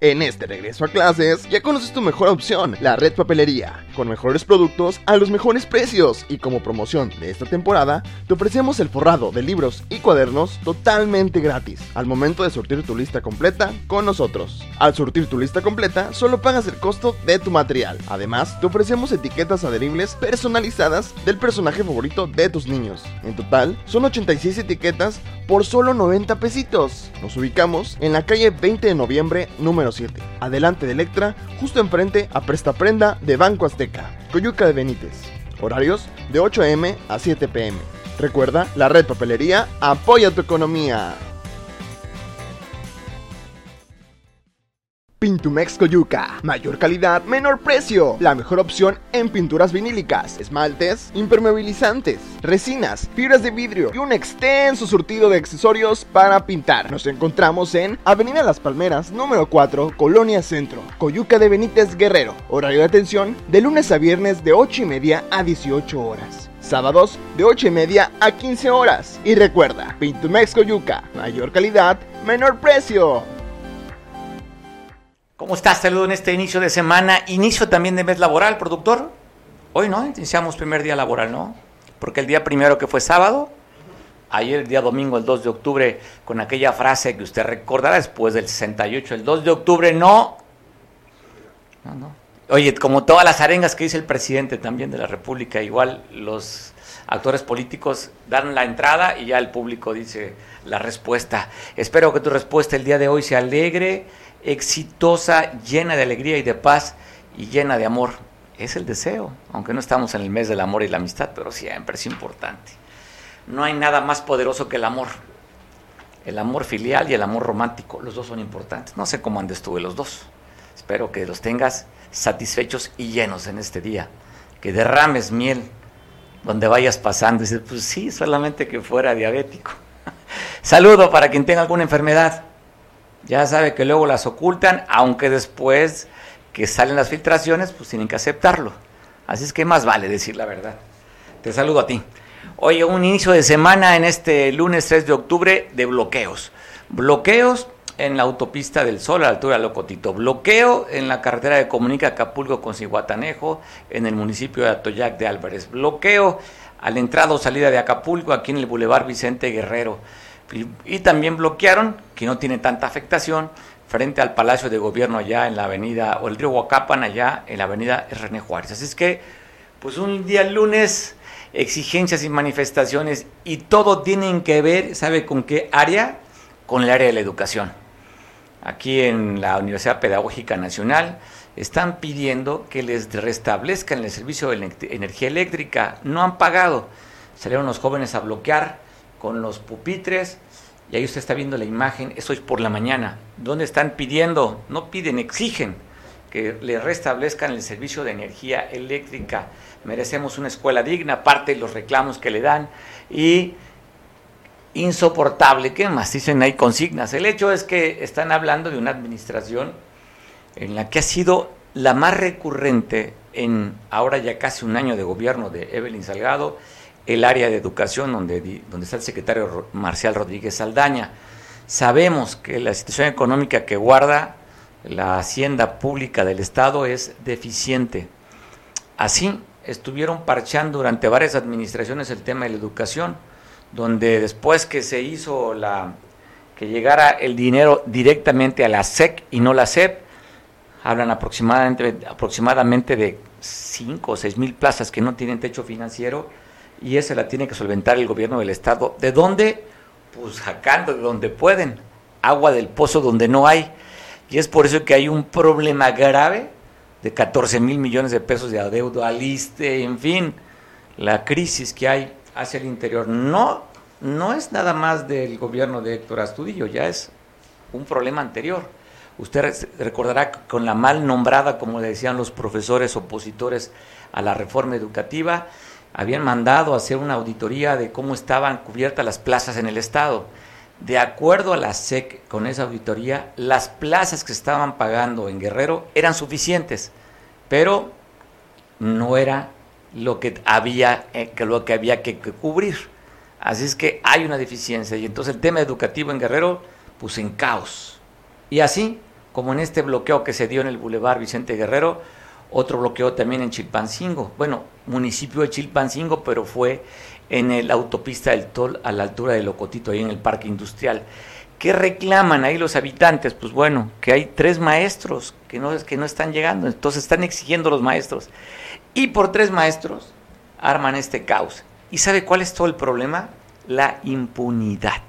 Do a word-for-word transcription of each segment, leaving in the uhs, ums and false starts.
En este regreso a clases, ya conoces tu mejor opción, la Red Papelería, con mejores productos a los mejores precios. Y como promoción de esta temporada, te ofrecemos el forrado de libros y cuadernos totalmente gratis, al momento de surtir tu lista completa con nosotros. Al surtir tu lista completa, solo pagas el costo de tu material. Además, te ofrecemos etiquetas adheribles personalizadas del personaje favorito de tus niños. En total, son ochenta y seis etiquetas por solo noventa pesitos. Nos ubicamos en la calle veinte de noviembre, número siete, adelante de Electra, justo enfrente a Prestaprenda de Banco Azteca, Coyuca de Benítez. Horarios de ocho a eme a siete pe eme. Recuerda, la Red Papelería apoya tu economía. Pintumex Coyuca, mayor calidad, menor precio, la mejor opción en pinturas vinílicas, esmaltes, impermeabilizantes, resinas, fibras de vidrio y un extenso surtido de accesorios para pintar. Nos encontramos en Avenida Las Palmeras, número cuatro, Colonia Centro, Coyuca de Benítez, Guerrero. Horario de atención de lunes a viernes de ocho y media a dieciocho horas. Sábados de ocho y media a quince horas. Y recuerda, Pintumex Coyuca, mayor calidad, menor precio. ¿Cómo estás? Saludo en este inicio de semana, inicio también de mes laboral, productor. Hoy, ¿no? Iniciamos primer día laboral, ¿no? Porque el día primero que fue sábado, ayer el día domingo, el dos de octubre, con aquella frase que usted recordará después del sesenta y ocho, el dos de octubre, no. No, no. Oye, como todas las arengas que dice el presidente también de la República, igual los actores políticos dan la entrada y ya el público dice la respuesta. Espero que tu respuesta el día de hoy sea alegre, exitosa, llena de alegría y de paz y llena de amor. Es el deseo, aunque no estamos en el mes del amor y la amistad, pero siempre es importante. No hay nada más poderoso que el amor. El amor filial y el amor romántico, los dos son importantes. No sé cómo andes tú de los dos. Espero que los tengas satisfechos y llenos en este día. Que derrames miel donde vayas pasando. Y dices, pues sí, solamente que fuera diabético. Saludo para quien tenga alguna enfermedad. Ya sabe que luego las ocultan, aunque después que salen las filtraciones, pues tienen que aceptarlo. Así es que más vale decir la verdad. Te saludo a ti. Oye, un inicio de semana en este lunes tres de octubre de bloqueos. Bloqueos en la autopista del Sol a la altura de Locotito. Bloqueo en la carretera que comunica Acapulco con Zihuatanejo en el municipio de Atoyac de Álvarez. Bloqueo a la entrada o salida de Acapulco aquí en el Boulevard Vicente Guerrero. Y, y también bloquearon, que no tiene tanta afectación, frente al Palacio de Gobierno allá en la avenida, o el río Huacapan allá en la avenida René Juárez. Así es que, pues un día lunes, exigencias y manifestaciones, y todo tienen que ver, ¿sabe con qué área? Con el área de la educación. Aquí en la Universidad Pedagógica Nacional están pidiendo que les restablezcan el servicio de energía eléctrica. No han pagado. Salieron los jóvenes a bloquear con los pupitres, y ahí usted está viendo la imagen, eso es por la mañana, donde están pidiendo, no piden, exigen que le restablezcan el servicio de energía eléctrica. Merecemos una escuela digna, aparte de los reclamos que le dan, y insoportable, ¿qué más? Dicen ahí consignas. El hecho es que están hablando de una administración en la que ha sido la más recurrente en ahora ya casi un año de gobierno de Evelyn Salgado, el área de educación donde, donde está el secretario Marcial Rodríguez Saldaña. Sabemos que la situación económica que guarda la hacienda pública del Estado es deficiente. Así estuvieron parchando durante varias administraciones el tema de la educación, donde después que se hizo la que llegara el dinero directamente a la S E C y no la S E P, hablan aproximadamente, aproximadamente de cinco o seis mil plazas que no tienen techo financiero, y esa la tiene que solventar el gobierno del Estado. ¿De dónde? Pues sacando de donde pueden, agua del pozo donde no hay, y es por eso que hay un problema grave de catorce mil millones de pesos de adeudo al ISSSTE, en fin, la crisis que hay hacia el interior. No, no es nada más del gobierno de Héctor Astudillo, ya es un problema anterior. Usted recordará que con la mal nombrada, como le decían los profesores opositores a la reforma educativa, habían mandado a hacer una auditoría de cómo estaban cubiertas las plazas en el Estado. De acuerdo a la S E C, con esa auditoría, las plazas que estaban pagando en Guerrero eran suficientes, pero no era lo que había, eh, que lo que había que, que cubrir. Así es que hay una deficiencia, y entonces el tema educativo en Guerrero, pues en caos. Y así, como en este bloqueo que se dio en el Boulevard Vicente Guerrero, otro bloqueo también en Chilpancingo, bueno, municipio de Chilpancingo, pero fue en la autopista del Tol, a la altura de Locotito, ahí en el Parque Industrial. ¿Qué reclaman ahí los habitantes? Pues bueno, que hay tres maestros que no, que no están llegando, entonces están exigiendo los maestros. Y por tres maestros arman este caos. ¿Y sabe cuál es todo el problema? La impunidad.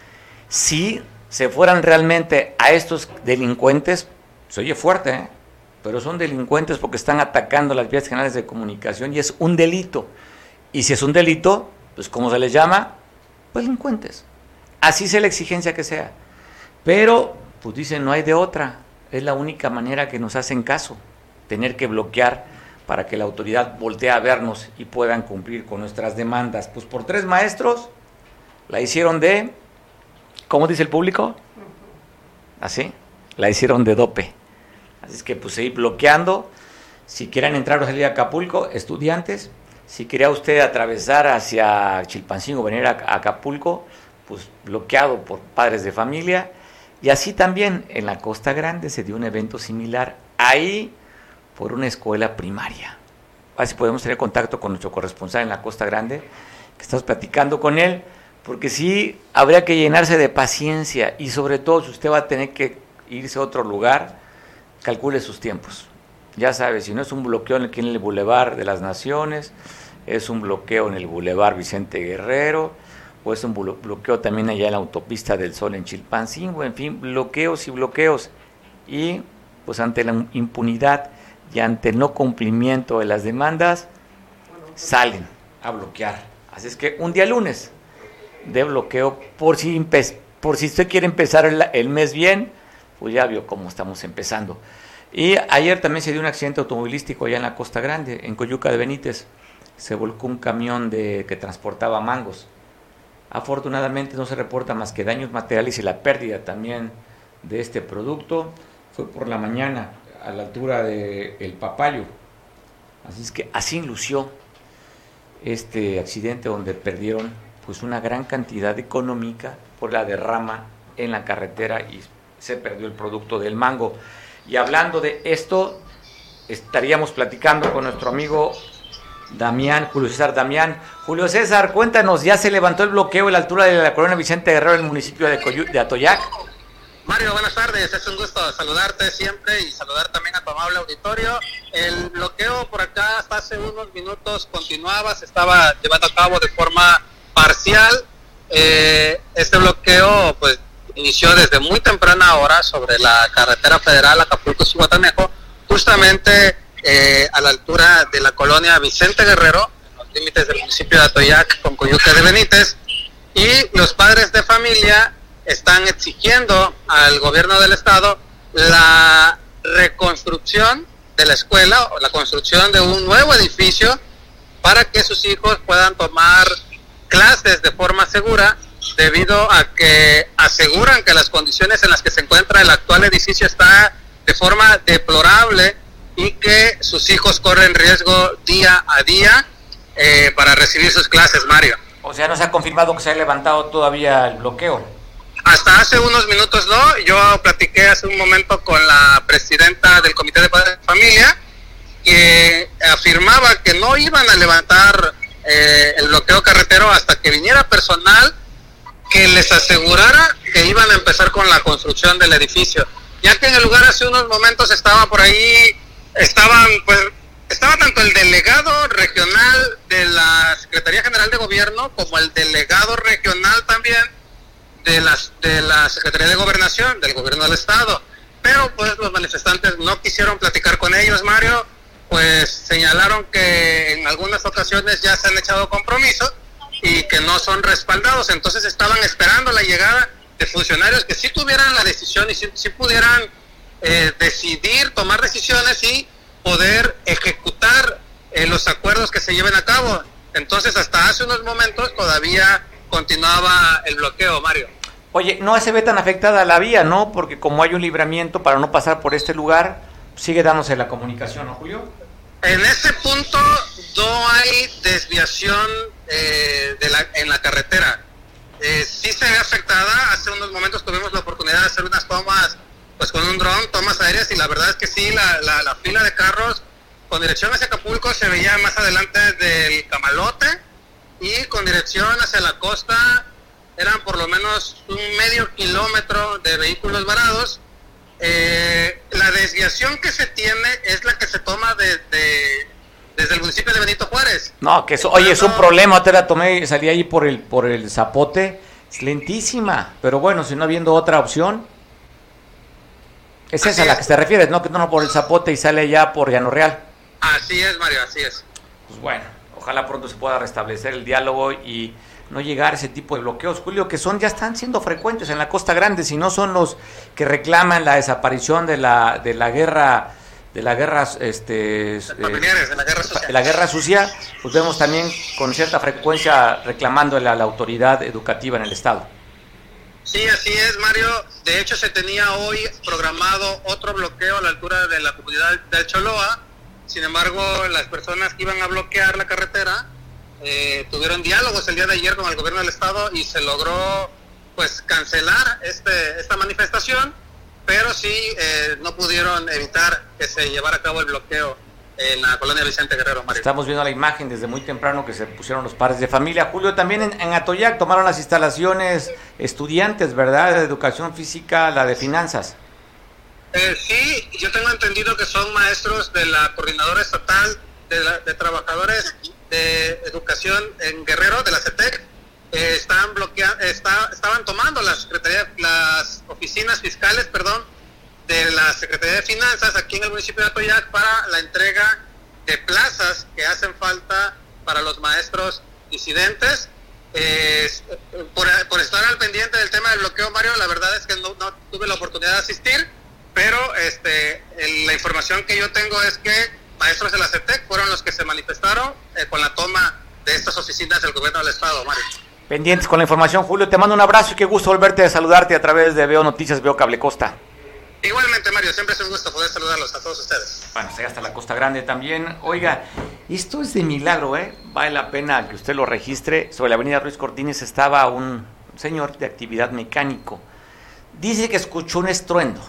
Si se fueran realmente a estos delincuentes, se oye fuerte, ¿eh? Pero son delincuentes porque están atacando las vías generales de comunicación y es un delito. Y si es un delito, pues ¿cómo se les llama? Pues delincuentes. Así sea la exigencia que sea. Pero, pues dicen, no hay de otra. Es la única manera que nos hacen caso. Tener que bloquear para que la autoridad voltee a vernos y puedan cumplir con nuestras demandas. Pues por tres maestros la hicieron de, ¿cómo dice el público? Así, la hicieron de dope. Así es que pues seguir bloqueando. Si quieren entrar o salir a Acapulco, estudiantes. Si quería usted atravesar hacia Chilpancingo, venir a Acapulco, pues bloqueado por padres de familia. Y así también en la Costa Grande se dio un evento similar, ahí por una escuela primaria. A ver si podemos tener contacto con nuestro corresponsal en la Costa Grande, que estamos platicando con él, porque sí habría que llenarse de paciencia y sobre todo si usted va a tener que irse a otro lugar, calcule sus tiempos. Ya sabe, si no es un bloqueo aquí en el Boulevard de las Naciones, es un bloqueo en el Boulevard Vicente Guerrero, o es un bloqueo también allá en la Autopista del Sol en Chilpancingo, en fin, bloqueos y bloqueos. Y pues ante la impunidad y ante el no cumplimiento de las demandas, salen a bloquear. Así es que un día lunes de bloqueo, por si, por si usted quiere empezar el, el mes bien, pues ya vio cómo estamos empezando. Y ayer también se dio un accidente automovilístico allá en la Costa Grande, en Coyuca de Benítez. Se volcó un camión de, que transportaba mangos. Afortunadamente no se reporta más que daños materiales y la pérdida también de este producto. Fue por la mañana a la altura de El Papayo. Así es que así lució este accidente donde perdieron pues una gran cantidad económica por la derrama en la carretera y se perdió el producto del mango. Y hablando de esto, estaríamos platicando con nuestro amigo Damián, Julio César Damián. Julio César, cuéntanos, ¿ya se levantó el bloqueo a la altura de la colonia Vicente Guerrero en el municipio de, Coyu- de Atoyac? Mario, buenas tardes, es un gusto saludarte siempre y saludar también a tu amable auditorio. El bloqueo por acá hasta hace unos minutos continuaba, se estaba llevando a cabo de forma parcial. Eh, este bloqueo pues inició desde muy temprana hora sobre la carretera federal Acapulco-Zihuatanejo, justamente eh, a la altura de la colonia Vicente Guerrero, en los límites del municipio de Atoyac con Coyuca de Benítez, y los padres de familia están exigiendo al gobierno del estado la reconstrucción de la escuela o la construcción de un nuevo edificio para que sus hijos puedan tomar clases de forma segura, debido a que aseguran que las condiciones en las que se encuentra el actual edificio está de forma deplorable y que sus hijos corren riesgo día a día eh, para recibir sus clases, Mario. O sea, no se ha confirmado que se haya levantado todavía el bloqueo. Hasta hace unos minutos no, yo platiqué hace un momento con la presidenta del Comité de Padres de Familia, que afirmaba que no iban a levantar eh, el bloqueo carretero hasta que viniera personal que les asegurara que iban a empezar con la construcción del edificio, ya que en el lugar hace unos momentos estaba por ahí, estaban pues, estaba tanto el delegado regional de la Secretaría General de Gobierno como el delegado regional también de las de la Secretaría de Gobernación del Gobierno del Estado, pero pues los manifestantes no quisieron platicar con ellos, Mario, pues señalaron que en algunas ocasiones ya se han echado compromisos y que no son respaldados, entonces estaban esperando la llegada de funcionarios que sí tuvieran la decisión y sí, sí pudieran eh, decidir, tomar decisiones y poder ejecutar eh, los acuerdos que se lleven a cabo. Entonces hasta hace unos momentos todavía continuaba el bloqueo, Mario. Oye, no se ve tan afectada la vía, ¿no? Porque como hay un libramiento para no pasar por este lugar, sigue dándose la comunicación, ¿no, Julio? En este punto no hay desviación eh, de la, en la carretera. Eh, sí se ve afectada. Hace unos momentos tuvimos la oportunidad de hacer unas tomas pues con un dron, la verdad es que sí, la, la, la fila de carros con dirección hacia Acapulco se veía más adelante del Camalote, y con dirección hacia la costa eran por lo menos un medio kilómetro de vehículos varados. Eh, la desviación que se tiene es la que se toma de, de, desde el municipio de Benito Juárez. No, que eso, oye, es un problema, te la tomé, salí ahí por el, por el Zapote, es lentísima, pero bueno, si no habiendo otra opción, es esa a la que te refieres, ¿no? Que no por el Zapote y sale ya por Llano Real. Así es, Mario, así es. Pues bueno, ojalá pronto se pueda restablecer el diálogo y no llegar a ese tipo de bloqueos, Julio, que son ya están siendo frecuentes en la Costa Grande, si no son los que reclaman la desaparición de la de la guerra de la guerra este eh, familiares, de la guerra sucia. De la guerra sucia, pues vemos también con cierta frecuencia reclamándole a la autoridad educativa en el estado. Sí, así es, Mario. De hecho, se tenía hoy programado otro bloqueo a la altura de la comunidad del Choloa. Sin embargo, las personas que iban a bloquear la carretera eh, tuvieron diálogos el día de ayer con el gobierno del estado y se logró pues cancelar este esta manifestación, pero sí eh, no pudieron evitar que se llevara a cabo el bloqueo en la colonia Vicente Guerrero, Mario. Estamos viendo la imagen desde muy temprano que se pusieron los padres de familia. Julio, también en, en Atoyac tomaron las instalaciones estudiantes, ¿verdad? De educación física, la de finanzas. Eh, sí, yo tengo entendido que son maestros de la Coordinadora Estatal de, la, de Trabajadores de Educación en Guerrero, de la C E T E C. Eh, están bloqueando, está, estaban tomando las secretaría, las oficinas fiscales, perdón, de la Secretaría de Finanzas aquí en el municipio de Atoyac para la entrega de plazas que hacen falta para los maestros disidentes. Eh, por, por estar al pendiente del tema del bloqueo, Mario, la verdad es que no, no tuve la oportunidad de asistir, pero este, el, la información que yo tengo es que maestros de la C E T E C fueron los que se manifestaron eh, con la toma de estas oficinas del gobierno del estado, Mario. Pendientes con la información, Julio, te mando un abrazo y qué gusto volverte a saludarte a través de Veo Noticias, Veo Cable Costa. Igualmente, Mario, siempre es un gusto poder saludarlos a todos ustedes. Bueno, pues hasta la Costa Grande también. Oiga, esto es de milagro, ¿eh? Vale la pena que usted lo registre. Sobre la avenida Ruiz Cortines estaba un señor de actividad mecánico. Dice que escuchó un estruendo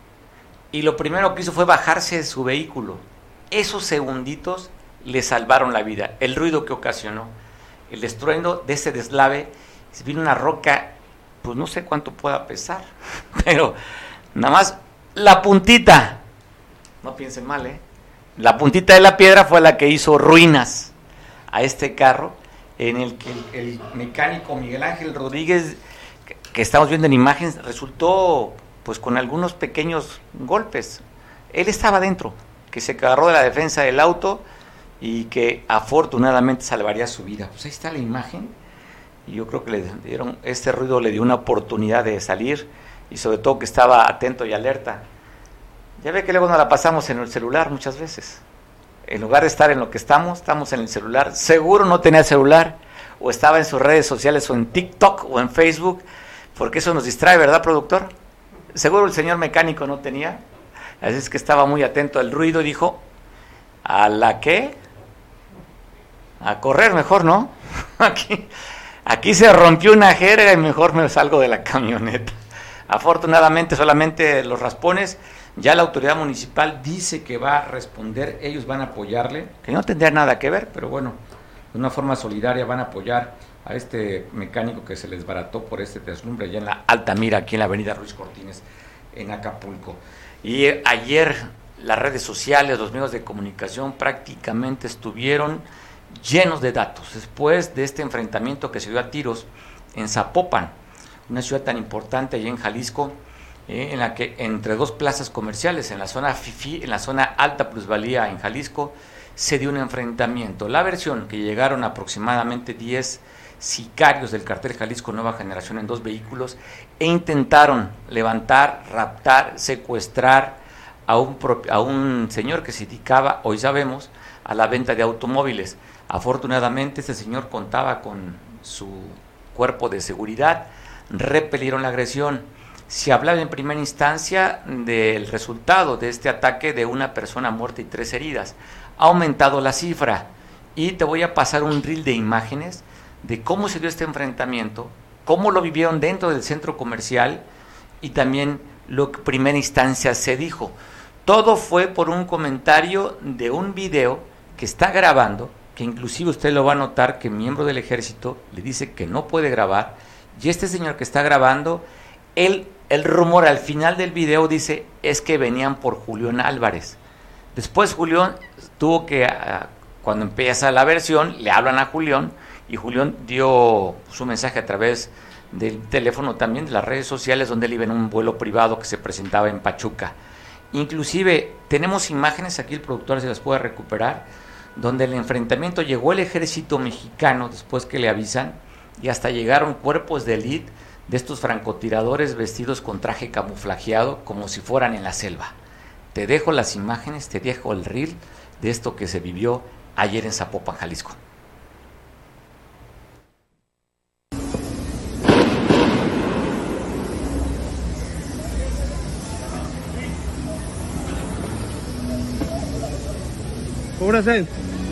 y lo primero que hizo fue bajarse de su vehículo. Esos segunditos le salvaron la vida. El ruido que ocasionó, el estruendo de ese deslave, vino una roca, pues no sé cuánto pueda pesar, pero nada más la puntita, no piensen mal, ¿eh? La puntita de la piedra fue la que hizo ruinas a este carro, en el que el, el mecánico Miguel Ángel Rodríguez, que, que estamos viendo en imágenes, resultó pues con algunos pequeños golpes. Él estaba dentro, que se agarró de la defensa del auto y que afortunadamente salvaría su vida. Pues ahí está la imagen, y yo creo que le dieron, este ruido le dio una oportunidad de salir, y sobre todo que estaba atento y alerta. Ya ve que luego nos la pasamos en el celular muchas veces. En lugar de estar en lo que estamos, estamos en el celular. Seguro no tenía celular, o estaba en sus redes sociales, o en TikTok, o en Facebook, porque eso nos distrae, ¿verdad, productor? Seguro el señor mecánico no tenía, así es que estaba muy atento al ruido y dijo, ¿a la qué? A correr mejor, ¿no? Aquí, aquí se rompió una jerga y mejor me salgo de la camioneta. Afortunadamente solamente los raspones, ya la autoridad municipal dice que va a responder, ellos van a apoyarle, que no tendría nada que ver, pero bueno, de una forma solidaria van a apoyar a este mecánico que se les desbarató por este deslumbre allá en la Altamira, aquí en la avenida Ruiz Cortines, en Acapulco. Y ayer las redes sociales, los medios de comunicación prácticamente estuvieron llenos de datos, después de este enfrentamiento que se dio a tiros en Zapopan, una ciudad tan importante allá en Jalisco, eh, en la que entre dos plazas comerciales, en la zona FIFI, en la zona alta plusvalía en Jalisco, se dio un enfrentamiento. La versión que llegaron aproximadamente diez sicarios del cartel Jalisco Nueva Generación en dos vehículos e intentaron levantar, raptar, secuestrar a un, a un señor que se dedicaba, hoy sabemos, a la venta de automóviles. Afortunadamente este señor contaba con su cuerpo de seguridad, repelieron la agresión. Se hablaba en primera instancia del resultado de este ataque de una persona muerta y tres heridas. Ha aumentado la cifra y te voy a pasar un reel de imágenes de cómo se dio este enfrentamiento, cómo lo vivieron dentro del centro comercial y también lo que en primera instancia se dijo. Todo fue por un comentario de un video que está grabando, que inclusive usted lo va a notar que miembro del ejército le dice que no puede grabar, y este señor que está grabando, él, el rumor al final del video dice es que venían por Julián Álvarez. Después Julián tuvo que, cuando empieza la versión, le hablan a Julián, y Julián dio su mensaje a través del teléfono, también de las redes sociales, donde él iba en un vuelo privado que se presentaba en Pachuca. Inclusive tenemos imágenes, aquí el productor se las puede recuperar, donde el enfrentamiento llegó el ejército mexicano después que le avisan, y hasta llegaron cuerpos de élite de estos francotiradores vestidos con traje camuflajeado como si fueran en la selva. Te dejo las imágenes, te dejo el reel de esto que se vivió ayer en Zapopan, Jalisco. Cobra seis.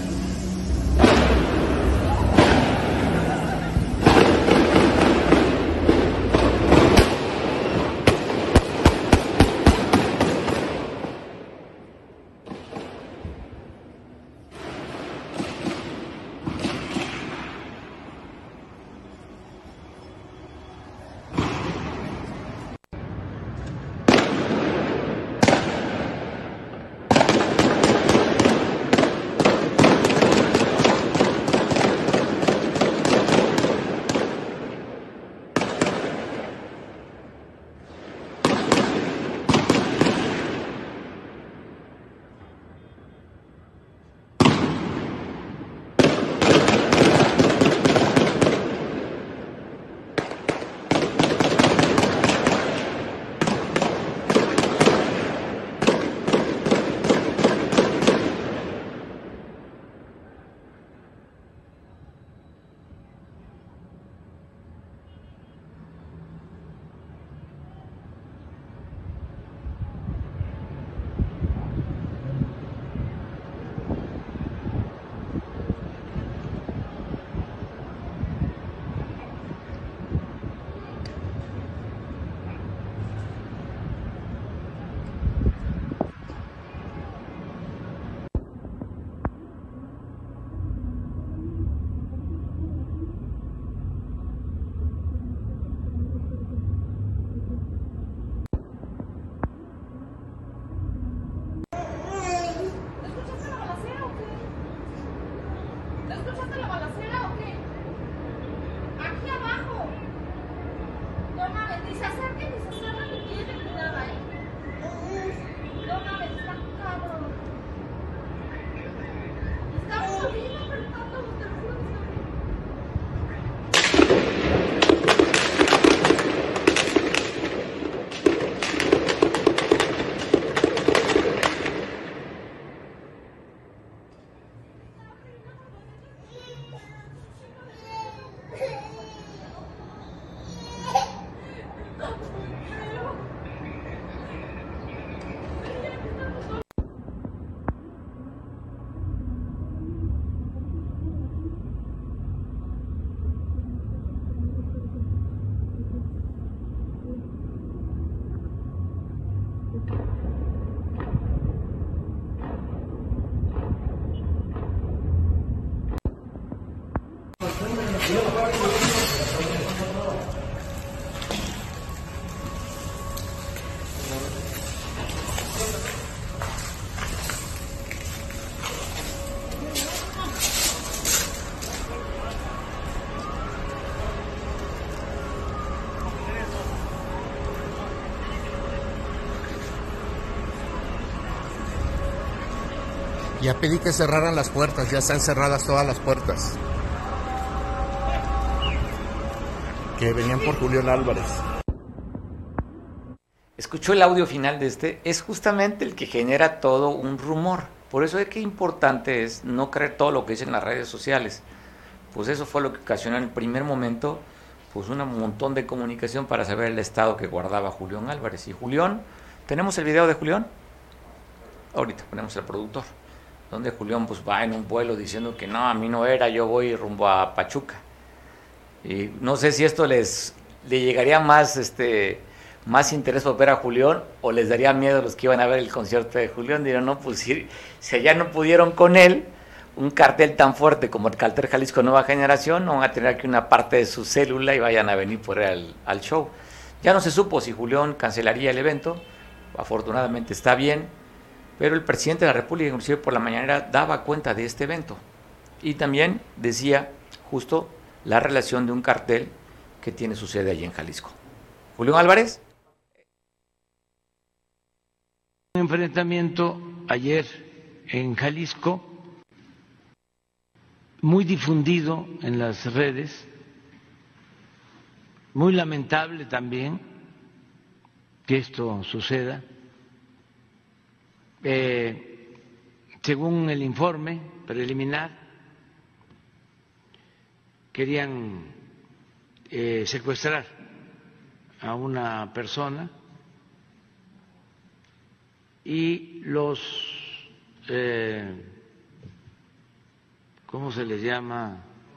Ya pedí que cerraran las puertas, ya están cerradas todas las puertas. Que venían por Julián Álvarez. Escuchó el audio final de este, es justamente el que genera todo un rumor. Por eso es que importante es no creer todo lo que dicen las redes sociales. Pues eso fue lo que ocasionó en el primer momento pues un montón de comunicación para saber el estado que guardaba Julián Álvarez. Y Julián, ¿tenemos el video de Julián? Ahorita ponemos el productor, donde Julián pues va en un vuelo diciendo que no, a mí no era, yo voy rumbo a Pachuca. Y no sé si esto les le llegaría más este más interés por ver a Julián o les daría miedo a los que iban a ver el concierto de Julián? Dirán, no, pues si, si allá no pudieron con él, un cartel tan fuerte como el cartel Jalisco Nueva Generación, no van a tener aquí una parte de su célula y vayan a venir por al, al show. Ya no se supo si Julián cancelaría el evento, afortunadamente está bien, pero el presidente de la República, inclusive por la mañanera, daba cuenta de este evento y también decía justo la relación de un cartel que tiene su sede allí en Jalisco. Julián Álvarez. Un enfrentamiento ayer en Jalisco, muy difundido en las redes, muy lamentable también que esto suceda. Eh, según el informe preliminar, querían eh, secuestrar a una persona y los, eh, ¿cómo se les llama?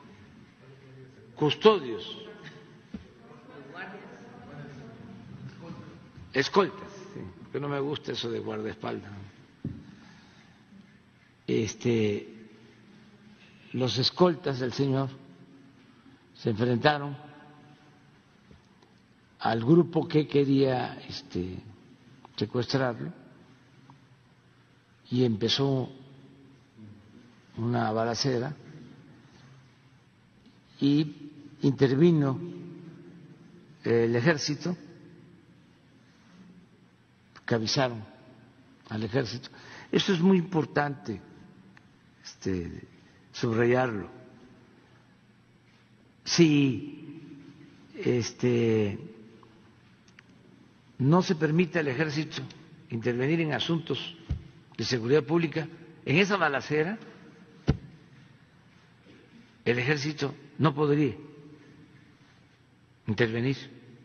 Custodios, escoltas, sí, que no me gusta eso de guardaespaldas. Este, los escoltas del señor se enfrentaron al grupo que quería este, secuestrarlo y empezó una balacera y intervino el ejército, que avisaron al ejército. Esto es muy importante este, subrayarlo. Si este, no se permite al ejército intervenir en asuntos de seguridad pública, en esa balacera el ejército no podría intervenir.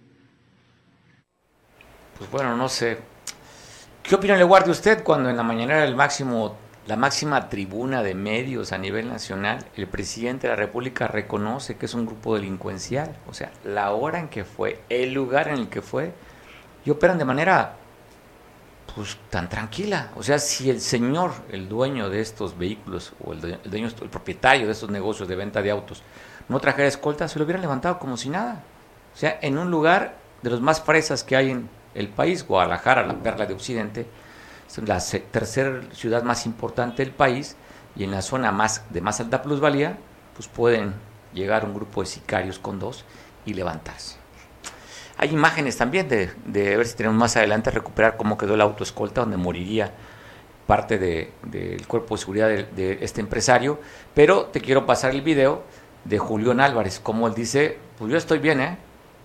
Pues bueno, no sé. ¿Qué opinión le guarda usted cuando en la mañanera el máximo, la máxima tribuna de medios a nivel nacional, el presidente de la República reconoce que es un grupo delincuencial? O sea, la hora en que fue, el lugar en el que fue, y operan de manera pues tan tranquila. O sea, si el señor, el dueño de estos vehículos o el dueño, el propietario de estos negocios de venta de autos no trajera escolta, se lo hubieran levantado como si nada. O sea, en un lugar de los más fresas que hay en el país, Guadalajara, la perla de Occidente, es la tercera ciudad más importante del país, y en la zona más de más alta plusvalía, pues pueden llegar un grupo de sicarios con dos y levantarse. Hay imágenes también de, de ver si tenemos más adelante recuperar cómo quedó el auto escolta donde moriría parte de, del cuerpo de seguridad de, de este empresario, pero te quiero pasar el video de Julián Álvarez, como él dice, pues yo estoy bien, ¿eh?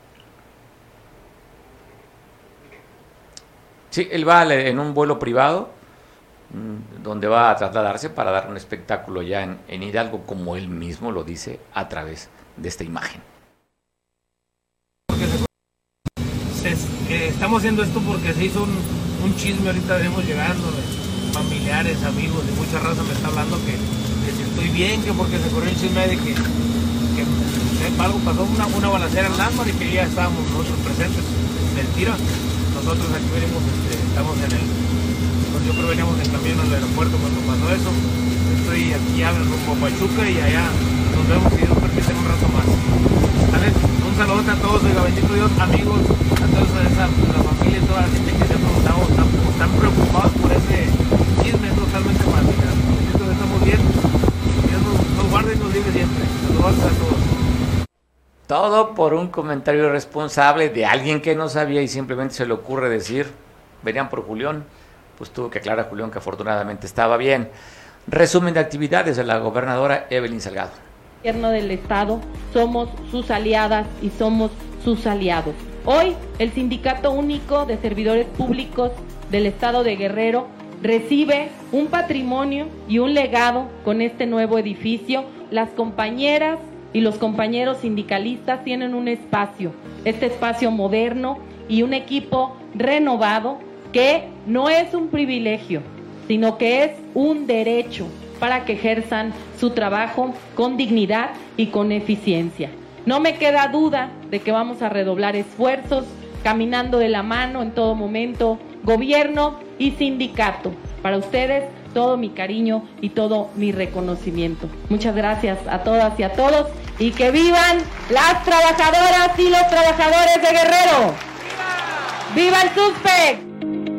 Sí, él va en un vuelo privado donde va a trasladarse para dar un espectáculo ya en, en Hidalgo, como él mismo lo dice a través de esta imagen. Eh, estamos haciendo esto porque se hizo un, un chisme, ahorita venimos llegando, familiares, amigos, de mucha raza me está hablando que, que si estoy bien, que porque se corrió el chisme de que, que eh, algo pasó, una, una balacera en Lámpara y que ya estábamos nosotros presentes. Mentira, nosotros aquí venimos, este, estamos en el, pues yo creo que veníamos en camino al aeropuerto cuando pasó eso. Estoy aquí ya rumbo a Pachuca y allá nos vemos y Dios permite un rato más. ¿Sale? Un saludo a todos, oiga, bendito Dios, amigos, a toda esa la familia y toda la gente que siempre estamos tan, tan preocupados por ese chisme, es totalmente marginal. Bendito Dios, estamos bien, Dios nos, nos guarde y nos libre siempre. Saludos a todos. Todo por un comentario irresponsable de alguien que no sabía y simplemente se le ocurre decir, venían por Julián, pues tuvo que aclarar a Julián que afortunadamente estaba bien. Resumen de actividades de la gobernadora Evelyn Salgado. El gobierno del Estado, somos sus aliadas y somos sus aliados. Hoy, el Sindicato Único de Servidores Públicos del Estado de Guerrero recibe un patrimonio y un legado con este nuevo edificio. Las compañeras y los compañeros sindicalistas tienen un espacio, este espacio moderno y un equipo renovado que no es un privilegio, sino que es un derecho para que ejerzan su trabajo con dignidad y con eficiencia. No me queda duda de que vamos a redoblar esfuerzos caminando de la mano en todo momento, gobierno y sindicato. Para ustedes, todo mi cariño y todo mi reconocimiento. Muchas gracias a todas y a todos, y que vivan las trabajadoras y los trabajadores de Guerrero. ¡Viva, ¡Viva el SUSPEC!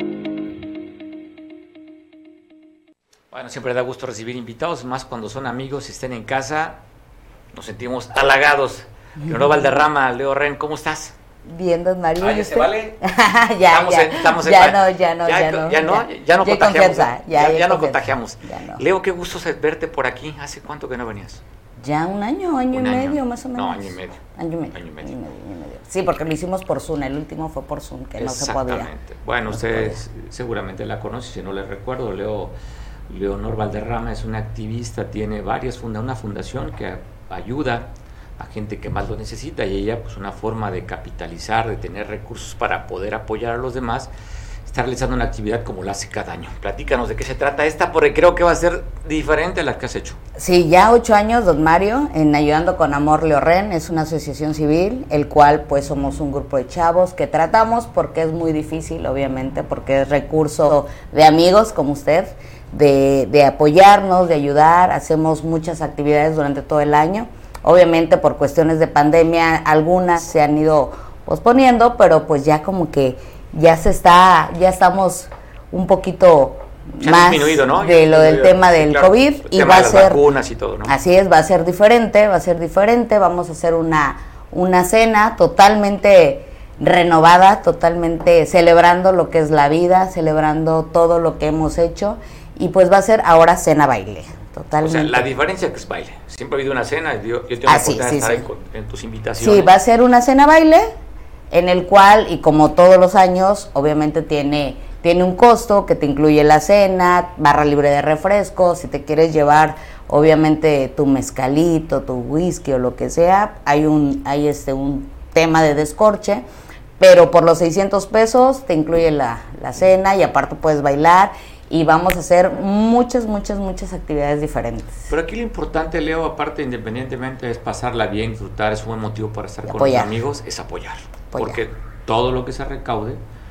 Bueno, siempre da gusto recibir invitados, más cuando son amigos y estén en casa. Nos sentimos halagados. Leonor Valderrama, Leo Ren, ¿cómo estás? Bien, don Mario. Ah, ¿ya se vale? ya, estamos ya, en, estamos ya en, no, ya no, ya, ya no. Ya no, ya, ya no ya contagiamos. Ya, ya, ya, ya no confianza. contagiamos. Ya no. Leo, qué gusto verte por aquí. ¿Hace cuánto que no venías? Ya un año, año un y año. medio más o menos. No, año y medio. Año y medio. Año y medio. Año y medio, año y medio. Sí, porque lo hicimos por Zoom, el último fue por Zoom, que no se podía. Exactamente. Bueno, no ustedes seguramente la conocen, si no les recuerdo, Leo, Leonor Valderrama es una activista, tiene varias funda, una fundación que ayuda a gente que más lo necesita, y ella, pues una forma de capitalizar, de tener recursos para poder apoyar a los demás, está realizando una actividad como la hace cada año. Platícanos de qué se trata esta, porque creo que va a ser diferente a la que has hecho. Sí, ya ocho años, don Mario, en Ayudando con Amor Leo Ren, es una asociación civil, el cual pues somos un grupo de chavos que tratamos, porque es muy difícil, obviamente, porque es recurso de amigos como usted, de, de apoyarnos, de ayudar, hacemos muchas actividades durante todo el año. Obviamente por cuestiones de pandemia algunas se han ido posponiendo, pero pues ya como que ya se está, ya estamos un poquito se más disminuido, ¿no? de lo del tema sí, del claro, COVID, y tema va a de las ser vacunas y todo, ¿no? Así es, va a ser diferente, va a ser diferente, vamos a hacer una una cena totalmente renovada, totalmente celebrando lo que es la vida, celebrando todo lo que hemos hecho, y pues va a ser ahora cena baile. Totalmente. O sea, la diferencia que es baile. Siempre ha habido una cena, yo, yo tengo la ah, sí, oportunidad sí, de estar sí. en, en tus invitaciones. Sí, va a ser una cena baile, en el cual, y como todos los años, obviamente tiene, tiene un costo que te incluye la cena, barra libre de refrescos, si te quieres llevar, obviamente, tu mezcalito, tu whisky o lo que sea, hay un, hay este, un tema de descorche, pero por los seiscientos pesos te incluye la, la cena, y aparte puedes bailar, y vamos a hacer muchas, muchas, muchas actividades diferentes. Pero aquí lo importante, Leo, aparte independientemente es pasarla bien, disfrutar, es un buen motivo para estar con apoyar. los amigos, es apoyar, apoyar. Porque todo lo que se recaude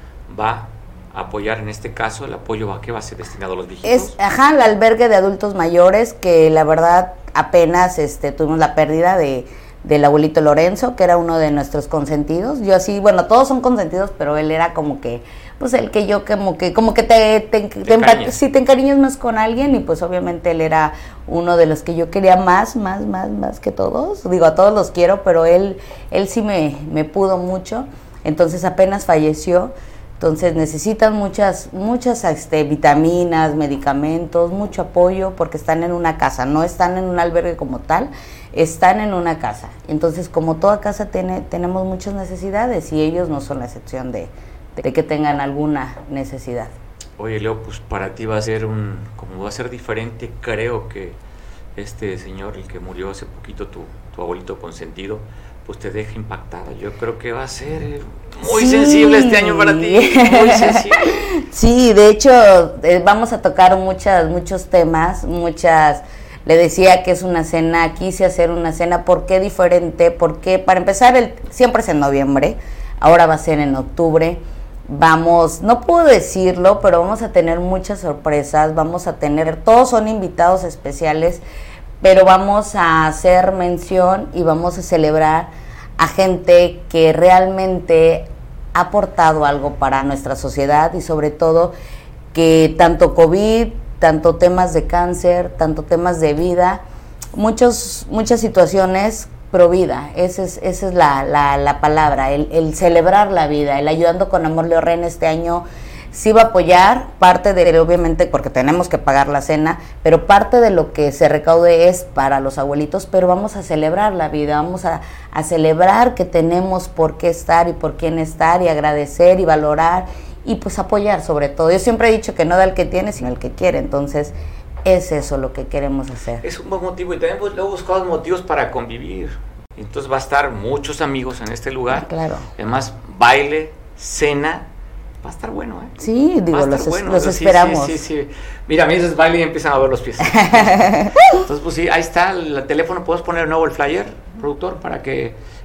va a apoyar, en este caso, el apoyo a qué va a ser destinado a los viejitos. Es, ajá, el albergue de adultos mayores, que la verdad apenas este, tuvimos la pérdida de del abuelito Lorenzo, que era uno de nuestros consentidos. Yo así, bueno, todos son consentidos, pero él era como que, pues el que yo como que, como que te, te, te, te, te si te encariñas más con alguien, y pues obviamente él era uno de los que yo quería más, más, más, más que todos. Digo, a todos los quiero, pero él, él sí me, me pudo mucho. Entonces apenas falleció. Entonces necesitan muchas, muchas este, vitaminas, medicamentos, mucho apoyo, porque están en una casa, no están en un albergue como tal, están en una casa. Entonces, como toda casa tiene, tenemos muchas necesidades, y ellos no son la excepción de, de que tengan alguna necesidad. Oye, Leo, pues para ti va a ser un, como va a ser diferente, creo que este señor, el que murió hace poquito, tu, tu abuelito consentido, pues te deja impactada. Yo creo que va a ser muy sí. sensible este año para ti, muy sensible. Sí, de hecho, eh, vamos a tocar muchas, muchos temas, muchas, le decía que es una cena, quise hacer una cena, ¿por qué diferente? Porque para empezar, el, siempre es en noviembre, ahora va a ser en octubre, vamos, no puedo decirlo, pero vamos a tener muchas sorpresas, vamos a tener, todos son invitados especiales, pero vamos a hacer mención y vamos a celebrar a gente que realmente ha aportado algo para nuestra sociedad, y sobre todo que tanto COVID, tanto temas de cáncer, tanto temas de vida, muchos, muchas situaciones pro vida, esa es, esa es la, la, la palabra, el, el celebrar la vida, el Ayudando con Amor Leo Ren este año sí va a apoyar, parte de, obviamente, porque tenemos que pagar la cena, pero parte de lo que se recaude es para los abuelitos, pero vamos a celebrar la vida, vamos a, a celebrar que tenemos por qué estar y por quién estar, y agradecer y valorar, y pues apoyar sobre todo. Yo siempre he dicho que no da el que tiene, sino el que quiere, entonces es eso lo que queremos hacer. Es un buen motivo, y también luego buscamos motivos para convivir, entonces va a estar muchos amigos en este lugar, ah, claro. Además baile, cena, va a estar bueno, ¿eh? Sí, digo, los, bueno. los sí, esperamos. Sí, sí, sí. Mira, a mí dices baile y empiezan a ver los pies. Entonces, pues sí, ahí está el teléfono. ¿Puedes poner de nuevo el flyer, productor, para que